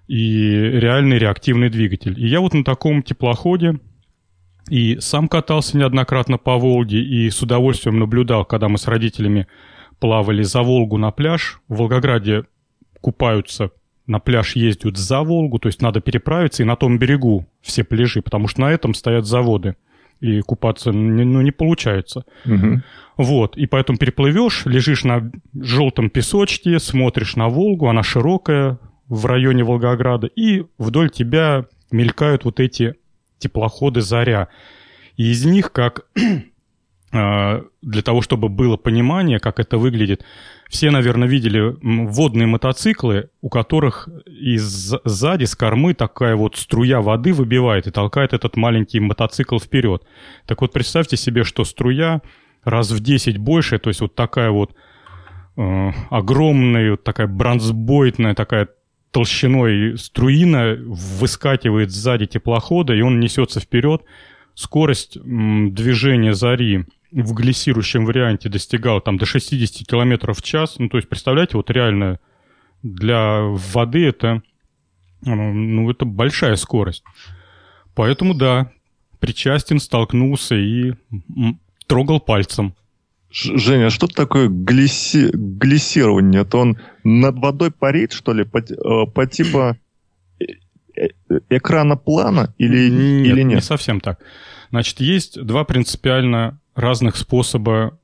и реальный реактивный двигатель. И я вот на таком теплоходе и сам катался неоднократно по Волге, и с удовольствием наблюдал, когда мы с родителями плавали за Волгу на пляж. В Волгограде купаются, на пляж ездят за Волгу, то есть надо переправиться, и на том берегу все пляжи, потому что на этом стоят заводы, и купаться не получается. Угу. Вот, и поэтому переплывешь, лежишь на желтом песочке, смотришь на Волгу, она широкая в районе Волгограда, и вдоль тебя мелькают вот эти теплоходы «Заря». И из них, как для того, чтобы было понимание, как это выглядит, все, наверное, видели водные мотоциклы, у которых сзади, с кормы, такая вот струя воды выбивает и толкает этот маленький мотоцикл вперед. Так вот, представьте себе, что струя раз в 10 больше, то есть вот такая вот огромная, вот такая бронзбойтная, такая толщиной струина выскакивает сзади теплохода, и он несется вперед. Скорость движения «Зари» в глиссирующем варианте достигала там до 60 км в час. Ну, то есть, представляете, вот реально для воды это большая скорость. Поэтому, да, причастен, столкнулся и трогал пальцем. Женя, а что такое глиссирование? Это он над водой парит, что ли, по типа экрана плана или нет? Не совсем так. Значит, есть два принципиально разных способа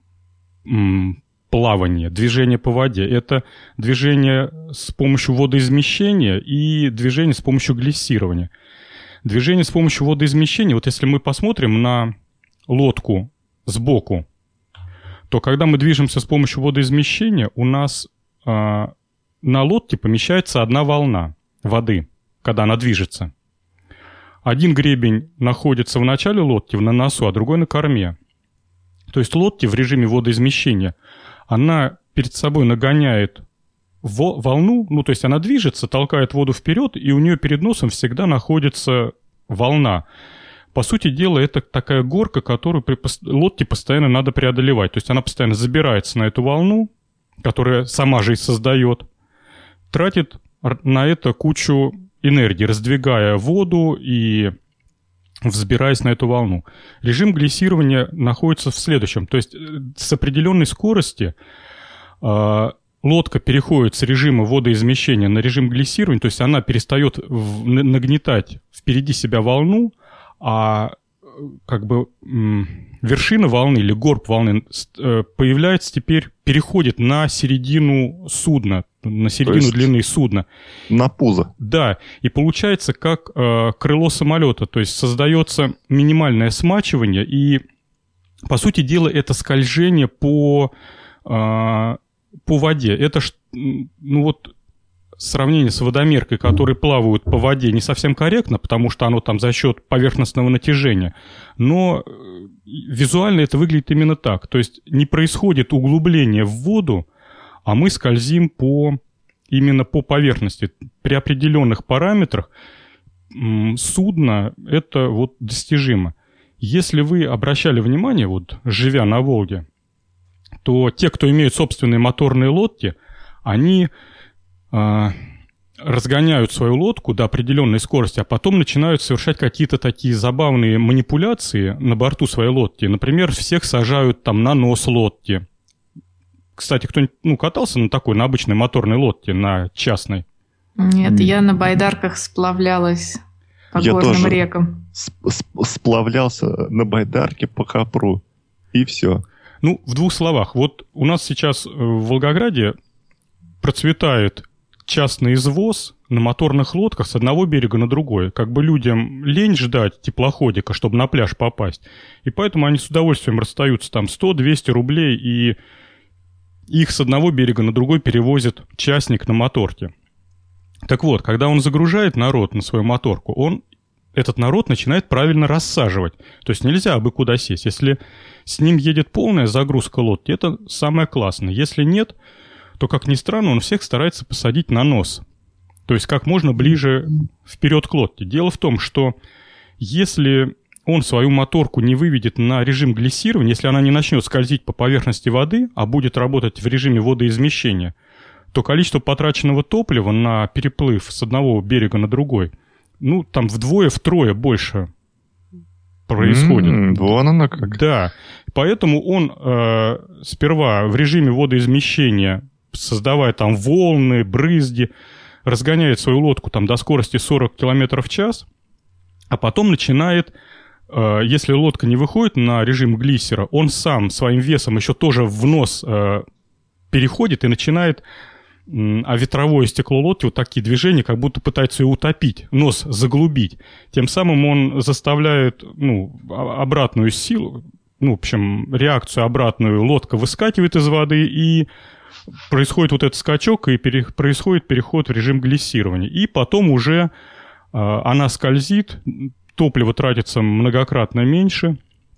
плавания, движения по воде. Это движение с помощью водоизмещения и движение с помощью глиссирования. Движение с помощью водоизмещения, вот если мы посмотрим на лодку сбоку, то когда мы движемся с помощью водоизмещения, у нас на лодке помещается одна волна воды, когда она движется. Один гребень находится в начале лодки, на носу, а другой на корме. То есть лодки в режиме водоизмещения, она перед собой нагоняет волну, ну то есть она движется, толкает воду вперед, и у нее перед носом всегда находится волна. По сути дела, это такая горка, которую при лодке постоянно надо преодолевать. То есть она постоянно забирается на эту волну, которая сама же и создает, тратит на это кучу энергии, раздвигая воду и взбираясь на эту волну. Режим глиссирования находится в следующем. То есть с определенной скорости лодка переходит с режима водоизмещения на режим глиссирования, то есть она перестает нагнетать впереди себя волну, а как бы вершина волны или горб волны появляется теперь, переходит на середину судна, на середину длины судна. На пузо. Да, и получается как крыло самолета, то есть создается минимальное смачивание, и, по сути дела, это скольжение по воде. Это, ну вот, сравнение с водомеркой, которые плавают по воде, не совсем корректно, потому что оно там за счет поверхностного натяжения, но визуально это выглядит именно так. То есть не происходит углубление в воду, а мы скользим именно по поверхности. При определенных параметрах судна это вот достижимо. Если вы обращали внимание, вот живя на Волге, то те, кто имеют собственные моторные лодки, они разгоняют свою лодку до определенной скорости, а потом начинают совершать какие-то такие забавные манипуляции на борту своей лодки. Например, всех сажают там на нос лодки. Кстати, кто-нибудь катался на такой, на обычной моторной лодке, на частной? Нет, я на байдарках сплавлялась по горным рекам. Сплавлялся на байдарке по Хопру, и все. Ну, в двух словах. Вот у нас сейчас в Волгограде процветает частный извоз на моторных лодках с одного берега на другой. Как бы людям лень ждать теплоходика, чтобы на пляж попасть. И поэтому они с удовольствием расстаются там 100-200 рублей, и их с одного берега на другой перевозит частник на моторке. Так вот, когда он загружает народ на свою моторку, этот народ начинает правильно рассаживать. То есть нельзя абы куда сесть. Если с ним едет полная загрузка лодки, это самое классное. Если нет, то, как ни странно, он всех старается посадить на нос. То есть как можно ближе вперед к лодке. Дело в том, что если он свою моторку не выведет на режим глиссирования, если она не начнет скользить по поверхности воды, а будет работать в режиме водоизмещения, то количество потраченного топлива на переплыв с одного берега на другой, ну, там вдвое-втрое больше происходит. Вон оно как. Да, поэтому он сперва в режиме водоизмещения, создавая там волны, брызги, разгоняет свою лодку там до скорости 40 км в час, а потом начинает, если лодка не выходит на режим глиссера, он сам своим весом еще тоже в нос переходит и начинает, а ветровое стекло лодки, вот такие движения, как будто пытается ее утопить, нос заглубить. Тем самым он заставляет, ну, обратную силу, ну, в общем, реакцию обратную, лодка выскакивает из воды, и происходит вот этот скачок, и происходит переход в режим глиссирования. И потом уже она скользит, топливо тратится многократно меньше.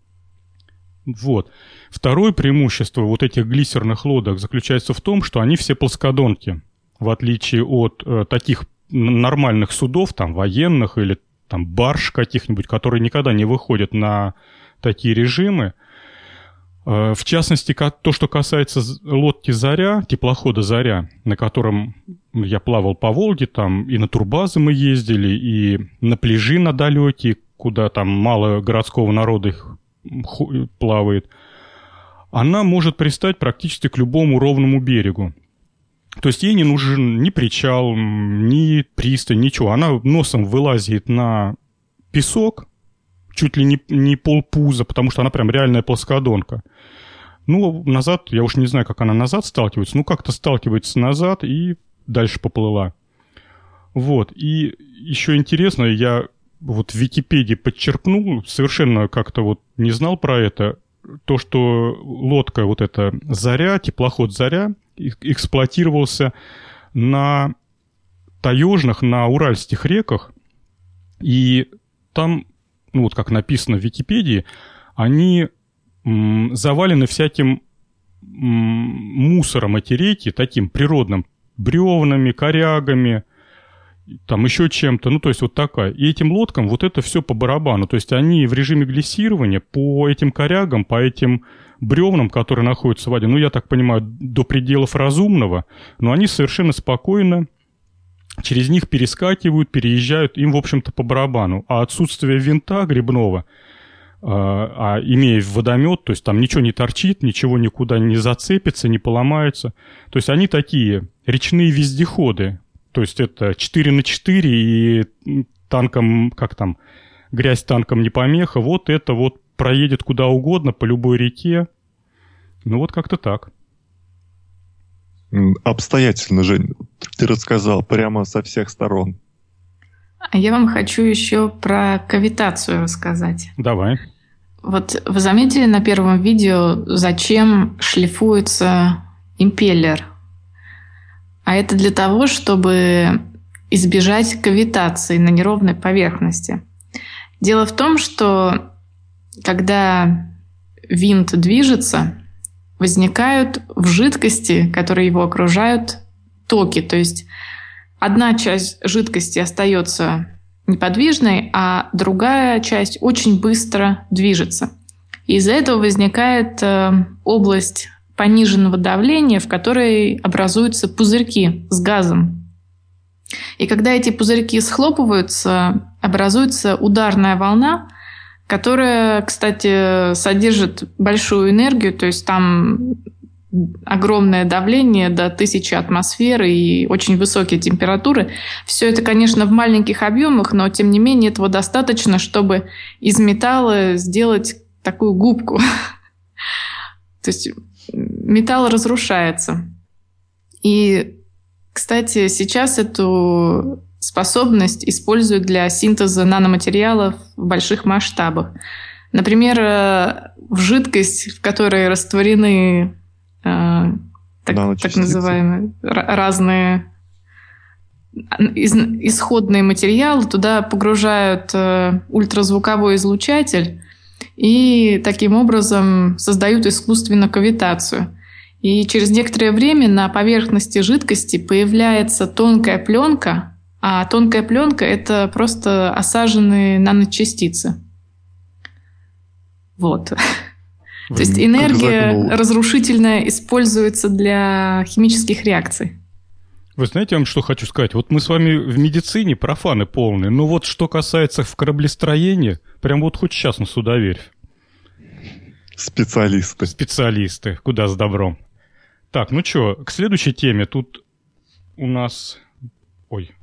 Вот. Второе преимущество вот этих глиссерных лодок заключается в том, что они все плоскодонки, в отличие от таких нормальных судов, там, военных или там барж каких-нибудь, которые никогда не выходят на такие режимы. В частности, то, что касается лодки «Заря», теплохода «Заря», на котором я плавал по Волге, там и на турбазы мы ездили, и на пляжи на далекие, куда там мало городского народа их плавает, она может пристать практически к любому ровному берегу. То есть ей не нужен ни причал, ни пристань, ничего. Она носом вылазит на песок, чуть ли не полпуза, потому что она прям реальная плоскодонка. Ну, назад, я уж не знаю, как она назад сталкивается, ну, как-то сталкивается назад и дальше поплыла. Вот, и еще интересно, я вот в Википедии подчеркнул, совершенно как-то вот не знал про это, то, что лодка вот эта «Заря», теплоход «Заря» эксплуатировался на таежных, на уральских реках, и там, ну вот как написано в Википедии, они завалены всяким мусором эти реки, таким природным, бревнами, корягами, там еще чем-то, ну то есть вот такая. И этим лодкам вот это все по барабану, то есть они в режиме глиссирования по этим корягам, по этим бревнам, которые находятся в воде, ну я так понимаю, до пределов разумного, но они совершенно спокойно через них перескакивают, переезжают, им, в общем-то, по барабану. А отсутствие винта гребного, имея водомет, то есть там ничего не торчит, ничего никуда не зацепится, не поломается. То есть они такие речные вездеходы. То есть это 4x4 и танком, как там, грязь танком не помеха. Вот это вот проедет куда угодно, по любой реке. Ну вот как-то так. Обстоятельно, Жень, ты рассказал прямо со всех сторон. А я вам хочу еще про кавитацию рассказать. Давай. Вот вы заметили на первом видео, зачем шлифуется импеллер? А это для того, чтобы избежать кавитации на неровной поверхности. Дело в том, что когда винт движется, возникают в жидкости, которые его окружают, токи. То есть одна часть жидкости остается неподвижной, а другая часть очень быстро движется. И из-за этого возникает область пониженного давления, в которой образуются пузырьки с газом. И когда эти пузырьки схлопываются, образуется ударная волна, которая, кстати, содержит большую энергию, то есть там огромное давление до 1000 атмосфер и очень высокие температуры. Все это, конечно, в маленьких объемах, но тем не менее этого достаточно, чтобы из металла сделать такую губку. То есть металл разрушается. И, кстати, сейчас эту способность используют для синтеза наноматериалов в больших масштабах. Например, в жидкость, в которой растворены так называемые разные исходные материалы, туда погружают ультразвуковой излучатель и таким образом создают искусственно кавитацию. И через некоторое время на поверхности жидкости появляется тонкая пленка, а тонкая пленка — это просто осаженные наночастицы. Вот. То есть энергия разрушительная используется для химических реакций. Вы знаете, я вам что хочу сказать? Вот мы с вами в медицине профаны полные, но вот что касается в кораблестроении, прям вот хоть сейчас на судоверфь. Специалисты. Куда с добром. Так, ну что, к следующей теме. Тут у нас... Ой.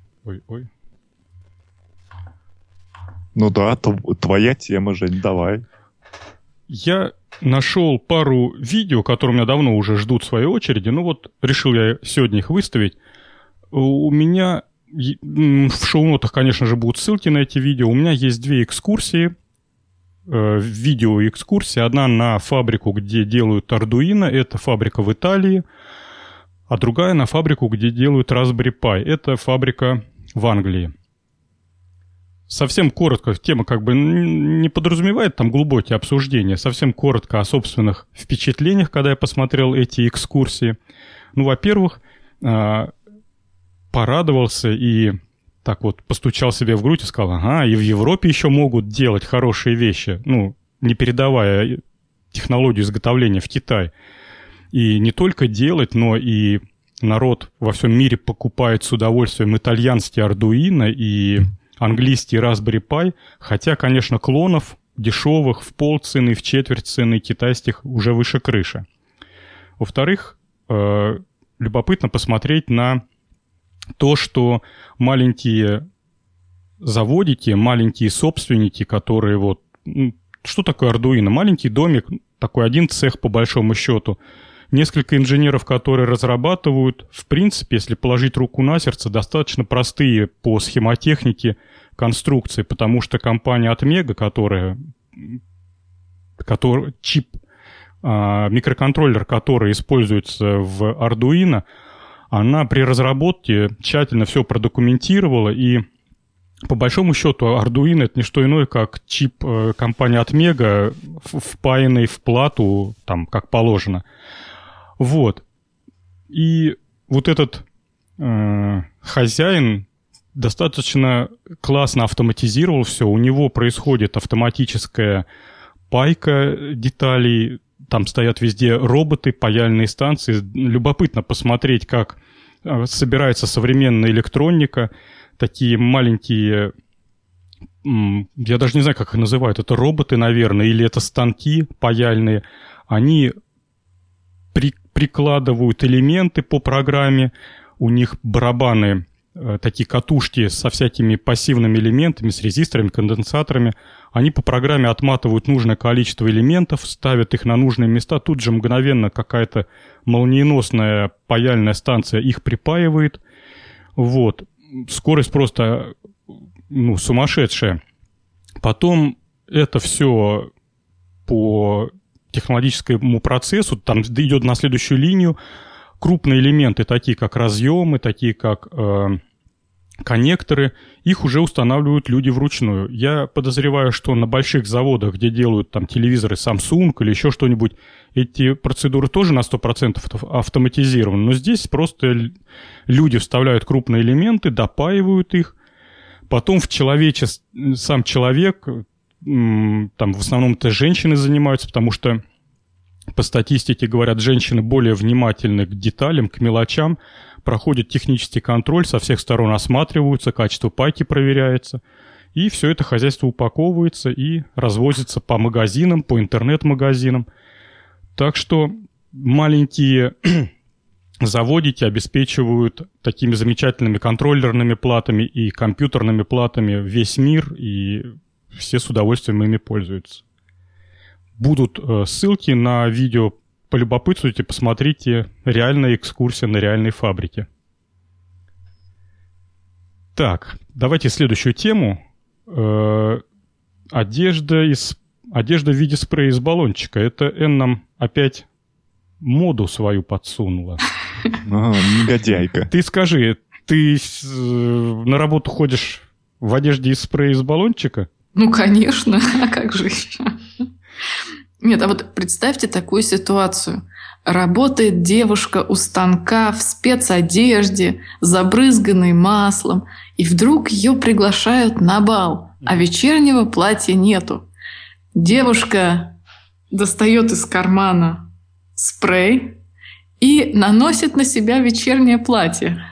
Ну да, твоя тема, Жень, давай. Я нашел пару видео, которые у меня давно уже ждут своей очереди. Ну вот, решил я сегодня их выставить. У меня в шоу-нотах, конечно же, будут ссылки на эти видео. У меня есть 2 экскурсии. Видеоэкскурсия. Одна на фабрику, где делают Arduino. Это фабрика в Италии. А другая на фабрику, где делают Raspberry Pi. Это фабрика в Англии. Совсем коротко, тема как бы не подразумевает там глубокие обсуждения. Совсем коротко о собственных впечатлениях, когда я посмотрел эти экскурсии. Ну, во-первых, порадовался и так вот постучал себе в грудь и сказал, ага, и в Европе еще могут делать хорошие вещи, ну, не передавая технологию изготовления в Китай. И не только делать, но и народ во всем мире покупает с удовольствием итальянский Arduino и английский Raspberry Pi, хотя, конечно, клонов дешевых в полцены, в четверть цены китайских уже выше крыши. Во-вторых, любопытно посмотреть на то, что маленькие заводики, маленькие собственники, которые вот... Что такое Arduino? Маленький домик, такой один цех по большому счету. Несколько инженеров, которые разрабатывают, в принципе, если положить руку на сердце, достаточно простые по схемотехнике конструкции, потому что компания Atmega, которая чип, микроконтроллер, который используется в Arduino, она при разработке тщательно все продокументировала, и по большому счету Arduino — это не что иное, как чип компании Atmega, впаянный в плату, там, как положено. Вот. И вот этот хозяин достаточно классно автоматизировал все. У него происходит автоматическая пайка деталей. Там стоят везде роботы, паяльные станции. Любопытно посмотреть, как собирается современная электроника. Такие маленькие... Я даже не знаю, как их называют. Это роботы, наверное, или это станки паяльные. Они прикладывают элементы по программе. У них барабаны, такие катушки со всякими пассивными элементами, с резисторами, конденсаторами. Они по программе отматывают нужное количество элементов, ставят их на нужные места. Тут же мгновенно какая-то молниеносная паяльная станция их припаивает. Вот. Скорость просто сумасшедшая. Потом это все по технологическому процессу, там идет на следующую линию. Крупные элементы, такие как разъемы, такие как коннекторы, их уже устанавливают люди вручную. Я подозреваю, что на больших заводах, где делают там телевизоры Samsung или еще что-нибудь, эти процедуры тоже на 100% автоматизированы. Но здесь просто люди вставляют крупные элементы, допаивают их. Потом сам человек, там в основном это женщины занимаются, потому что по статистике, говорят, женщины более внимательны к деталям, к мелочам, проходят технический контроль, со всех сторон осматриваются, качество пайки проверяется, и все это хозяйство упаковывается и развозится по магазинам, по интернет-магазинам. Так что маленькие заводики обеспечивают такими замечательными контроллерными платами и компьютерными платами весь мир, и все с удовольствием ими пользуются. Будут ссылки на видео, полюбопытствуйте, посмотрите. Реальная экскурсия на реальной фабрике. Так, давайте следующую тему. Одежда в виде спрея из баллончика. Это Энн нам опять моду свою подсунула. Негодяйка. Ты скажи, ты на работу ходишь в одежде из спрея из баллончика? Ну, конечно. А как же еще? Нет, а вот представьте такую ситуацию. Работает девушка у станка в спецодежде, забрызганной маслом, и вдруг ее приглашают на бал, а вечернего платья нету. Девушка достает из кармана спрей и наносит на себя вечернее платье.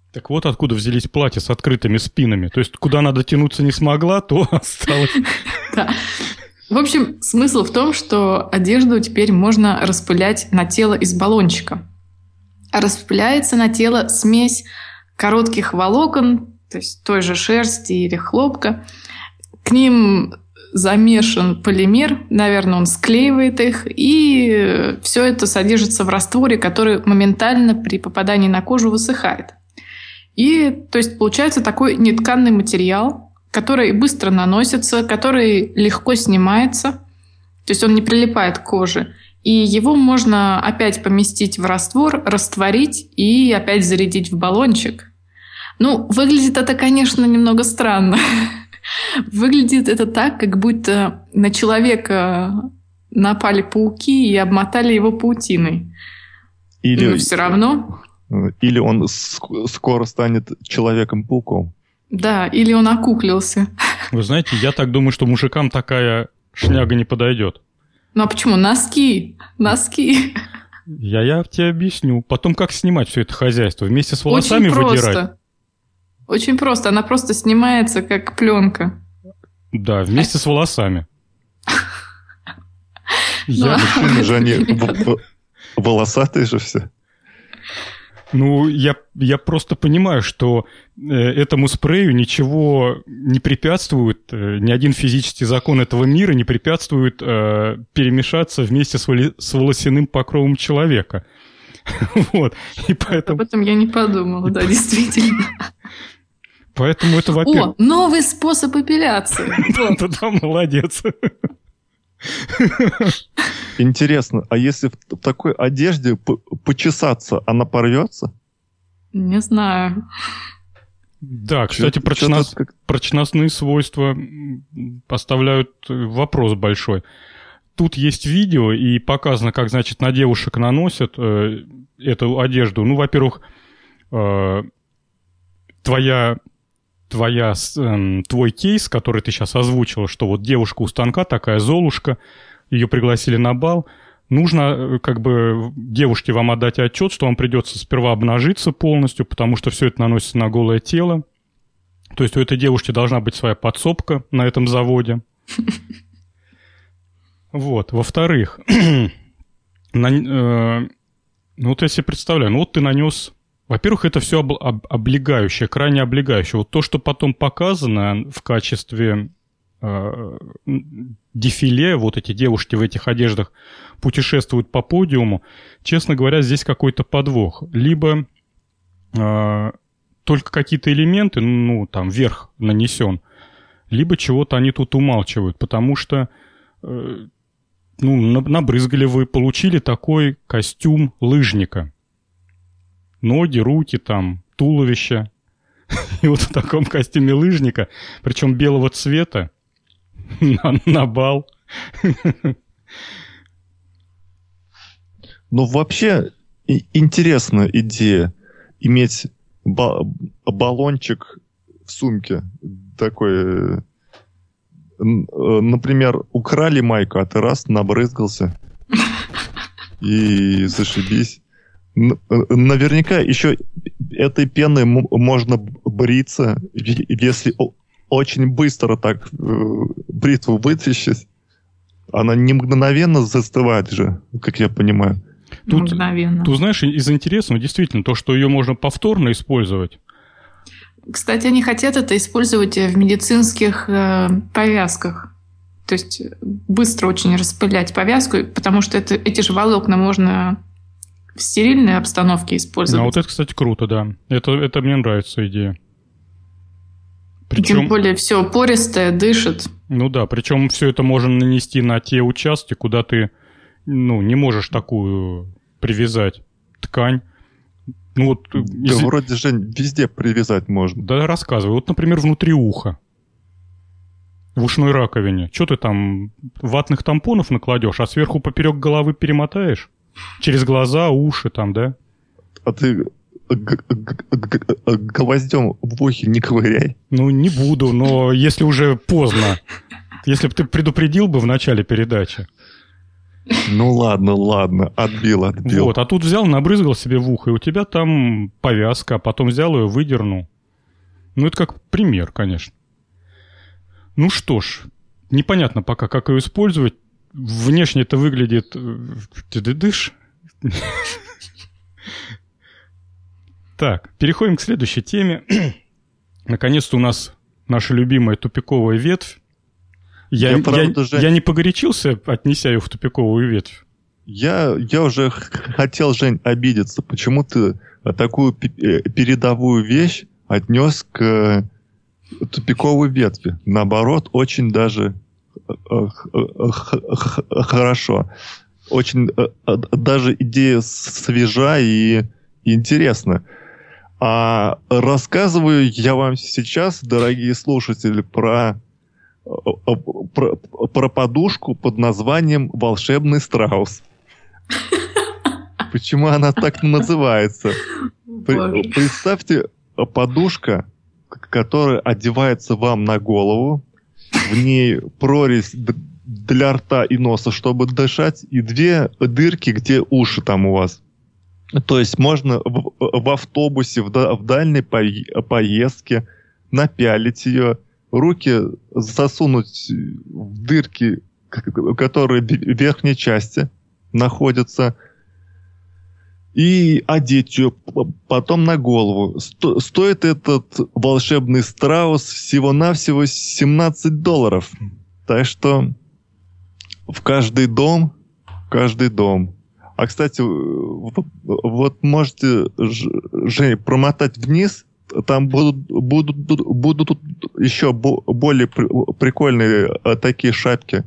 Так вот откуда взялись платья с открытыми спинами. То есть куда надо тянуться не смогла, то осталось. Да. В общем, смысл в том, что одежду теперь можно распылять на тело из баллончика. Распыляется на тело смесь коротких волокон, то есть той же шерсти или хлопка. К ним замешан полимер, наверное, он склеивает их, и все это содержится в растворе, который моментально при попадании на кожу высыхает. И, то есть, получается такой нетканный материал, который быстро наносится, который легко снимается, то есть он не прилипает к коже. И его можно опять поместить в раствор, растворить и опять зарядить в баллончик. Ну, выглядит это, конечно, немного странно. Выглядит это так, как будто на человека напали пауки и обмотали его паутиной. Но все равно... Или он скоро станет Человеком-пауком. Да, или он окуклился. Вы знаете, я так думаю, что мужикам такая шняга не подойдет. Ну а почему? Носки. Носки. Я тебе объясню. Потом как снимать все это хозяйство? Вместе с волосами выдирать? Очень просто. Она просто снимается, как пленка. Да, вместе с волосами. Мужчины же они волосатые же все. Ну, я просто понимаю, что этому спрею ничего не препятствует, ни один физический закон этого мира не препятствует перемешаться вместе с волосяным покровом человека. Вот. И поэтому... Об этом я не подумала, да, действительно. Поэтому это, во-первых... О, новый способ эпиляции. Да, молодец. Интересно, а если в такой одежде почесаться, она порвется? Не знаю. Да, кстати, прочностные свойства поставляют вопрос большой. Тут есть видео, и показано, как, значит, на девушек наносят эту одежду. Ну, во-первых, твой кейс, который ты сейчас озвучила, что вот девушка у станка такая Золушка, ее пригласили на бал, нужно как бы девушке вам отдать отчет, что вам придется сперва обнажиться полностью, потому что все это наносится на голое тело. То есть у этой девушки должна быть своя подсобка на этом заводе. Вот. Во-вторых, ну вот я себе представляю, ну вот ты нанес... Во-первых, это все облегающее, крайне облегающее. Вот то, что потом показано в качестве дефиле, вот эти девушки в этих одеждах путешествуют по подиуму, честно говоря, здесь какой-то подвох. Либо только какие-то элементы, ну, там, верх нанесен, либо чего-то они тут умалчивают, потому что, ну, набрызгали вы, получили такой костюм лыжника. Ноги, руки, там, туловище. И вот в таком костюме лыжника, причем белого цвета, на бал. Ну, вообще, интересная идея иметь баллончик в сумке. Такой, например, украли майку, а ты раз набрызгался. И зашибись. Наверняка еще этой пеной можно бриться, если очень быстро так бритву вытащить. Она не мгновенно застывает же, как я понимаю. Тут, знаешь, из интересного действительно то, что ее можно повторно использовать. Кстати, они хотят это использовать в медицинских повязках. То есть быстро очень распылять повязку, потому что эти же волокна можно... в стерильной обстановке использовать. Ну, вот это, кстати, круто, да. Это мне нравится идея. Тем более все пористое, дышит. Ну да, причем все это можно нанести на те участки, куда ты, ну, не можешь такую привязать ткань. Ну, вот, да вроде же везде привязать можно. Да, рассказывай. Вот, например, внутри уха. В ушной раковине. Что ты там ватных тампонов накладешь, а сверху поперек головы перемотаешь? Через глаза, уши там, да? А ты гвоздем в ухе не ковыряй. Ну, не буду, но если уже поздно. Если бы ты предупредил бы в начале передачи. Ну ладно, отбил. Вот, а тут взял, набрызгал себе в ухо, и у тебя там повязка, а потом взял ее, выдернул. Ну, это как пример, конечно. Ну что ж, непонятно пока, как ее использовать. Внешне это выглядит... Ты-дыш. Так, переходим к следующей теме. Наконец-то у нас наша любимая тупиковая ветвь. Я не погорячился, отнеся ее в тупиковую ветвь. Я уже хотел, Жень, обидеться. Почему ты такую передовую вещь отнес к тупиковой ветви? Наоборот, очень даже хорошо. Очень даже идея свежа и интересна. А рассказываю я вам сейчас, дорогие слушатели, про подушку под названием «Волшебный страус». Почему она так называется? Представьте, подушка, которая одевается вам на голову, в ней прорезь для рта и носа, чтобы дышать, и 2 дырки, где уши там у вас. То есть можно в автобусе, в дальней поездке напялить ее, руки засунуть в дырки, которые в верхней части находятся, и одеть ее потом на голову. Стоит этот волшебный страус всего-навсего $17. Так что в каждый дом. А, кстати, вот можете, Жень, промотать вниз, там будут еще более прикольные такие шапки.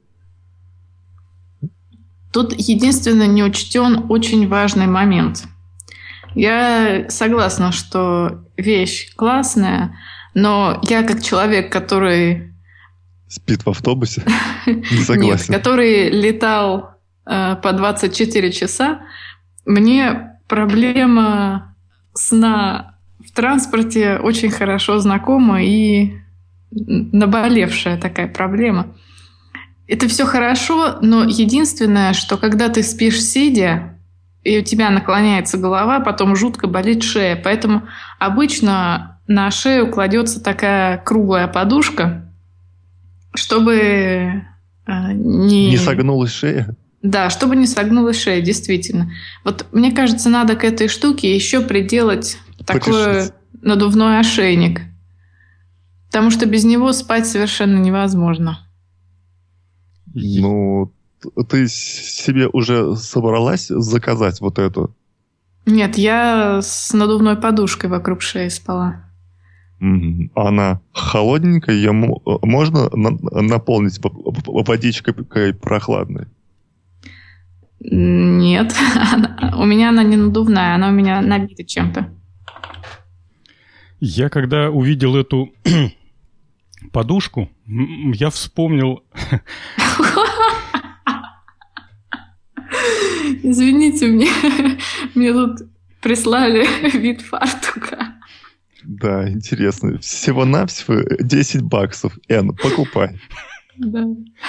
Тут единственно не учтен очень важный момент. Я согласна, что вещь классная, но я как человек, который... Спит в автобусе? Не согласен. Нет, который летал по 24 часа, мне проблема сна в транспорте очень хорошо знакома и наболевшая такая проблема. Это все хорошо, но единственное, что когда ты спишь сидя, и у тебя наклоняется голова, потом жутко болит шея. Поэтому обычно на шею кладется такая круглая подушка, чтобы не согнулась шея? Да, чтобы не согнулась шея, действительно. Вот мне кажется, надо к этой штуке еще приделать такой надувной ошейник. Потому что без него спать совершенно невозможно. Ну, ты себе уже собралась заказать вот эту? Нет, я с надувной подушкой вокруг шеи спала. Она холодненькая, ее можно наполнить водичкой прохладной? Нет, у меня она не надувная, она у меня набита чем-то. Я когда увидел эту подушку, я вспомнил... Извините, мне тут прислали вид фартука. Да, интересно. Всего-навсего $10. Эн, покупай. Да.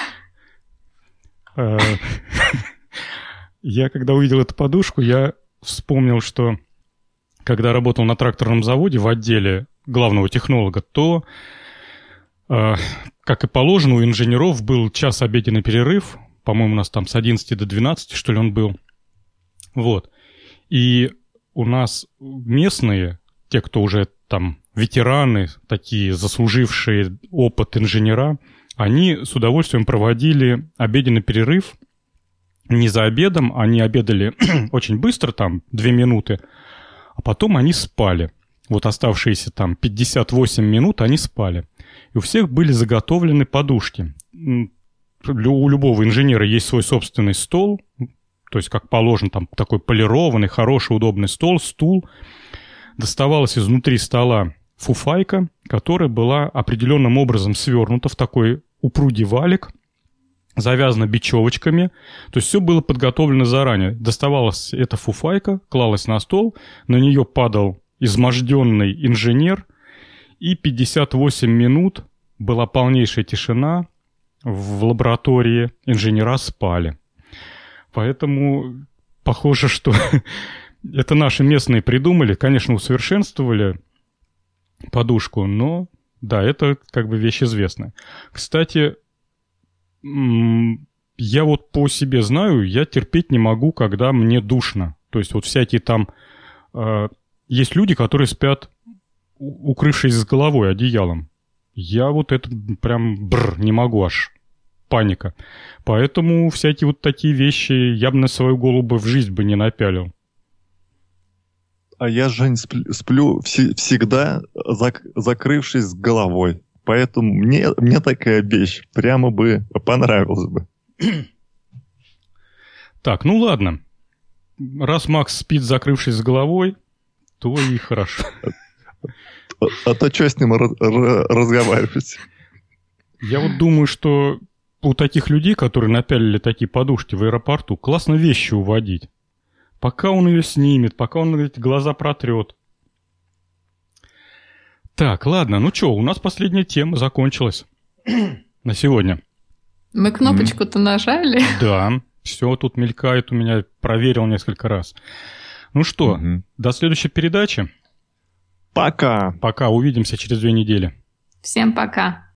Я когда увидел эту подушку, я вспомнил, что когда работал на тракторном заводе в отделе главного технолога, то, как и положено, у инженеров был час обеденный перерыв. По-моему, у нас там с 11 до 12, что ли, он был. Вот. И у нас местные, те, кто уже там ветераны, такие заслужившие опыт инженера, они с удовольствием проводили обеденный перерыв. Не за обедом, они обедали очень быстро, там 2 минуты, а потом они спали. Вот оставшиеся там 58 минут они спали. И у всех были заготовлены подушки. У любого инженера есть свой собственный стол, то есть, как положено, там такой полированный, хороший, удобный стол, стул. Доставалась изнутри стола фуфайка, которая была определенным образом свернута в такой упругий валик, завязана бечевочками, то есть все было подготовлено заранее. Доставалась эта фуфайка, клалась на стол, на нее падал изможденный инженер, и 58 минут была полнейшая тишина в лаборатории, инженера спали. Поэтому похоже, что это наши местные придумали. Конечно, усовершенствовали подушку, но да, это как бы вещь известная. Кстати, я вот по себе знаю, я терпеть не могу, когда мне душно. То есть вот всякие там... есть люди, которые спят, укрывшись с головой одеялом. Я вот это прям не могу аж. Паника. Поэтому всякие вот такие вещи я бы на свою голову бы в жизнь бы не напялил. А я, Жень, сплю всегда закрывшись с головой. Поэтому мне такая вещь прямо бы понравилась бы. Так, ну ладно. Раз Макс спит, закрывшись с головой, то и хорошо. А то что с ним разговаривать? Я вот думаю, что у таких людей, которые напялили такие подушки в аэропорту, классно вещи уводить. Пока он ее снимет, пока он эти глаза протрет. Так, ладно, ну что, у нас последняя тема закончилась на сегодня. Мы кнопочку-то нажали. Да, все тут мелькает у меня, проверил несколько раз. Ну что, до следующей передачи. Пока. Пока, увидимся через 2 недели. Всем пока.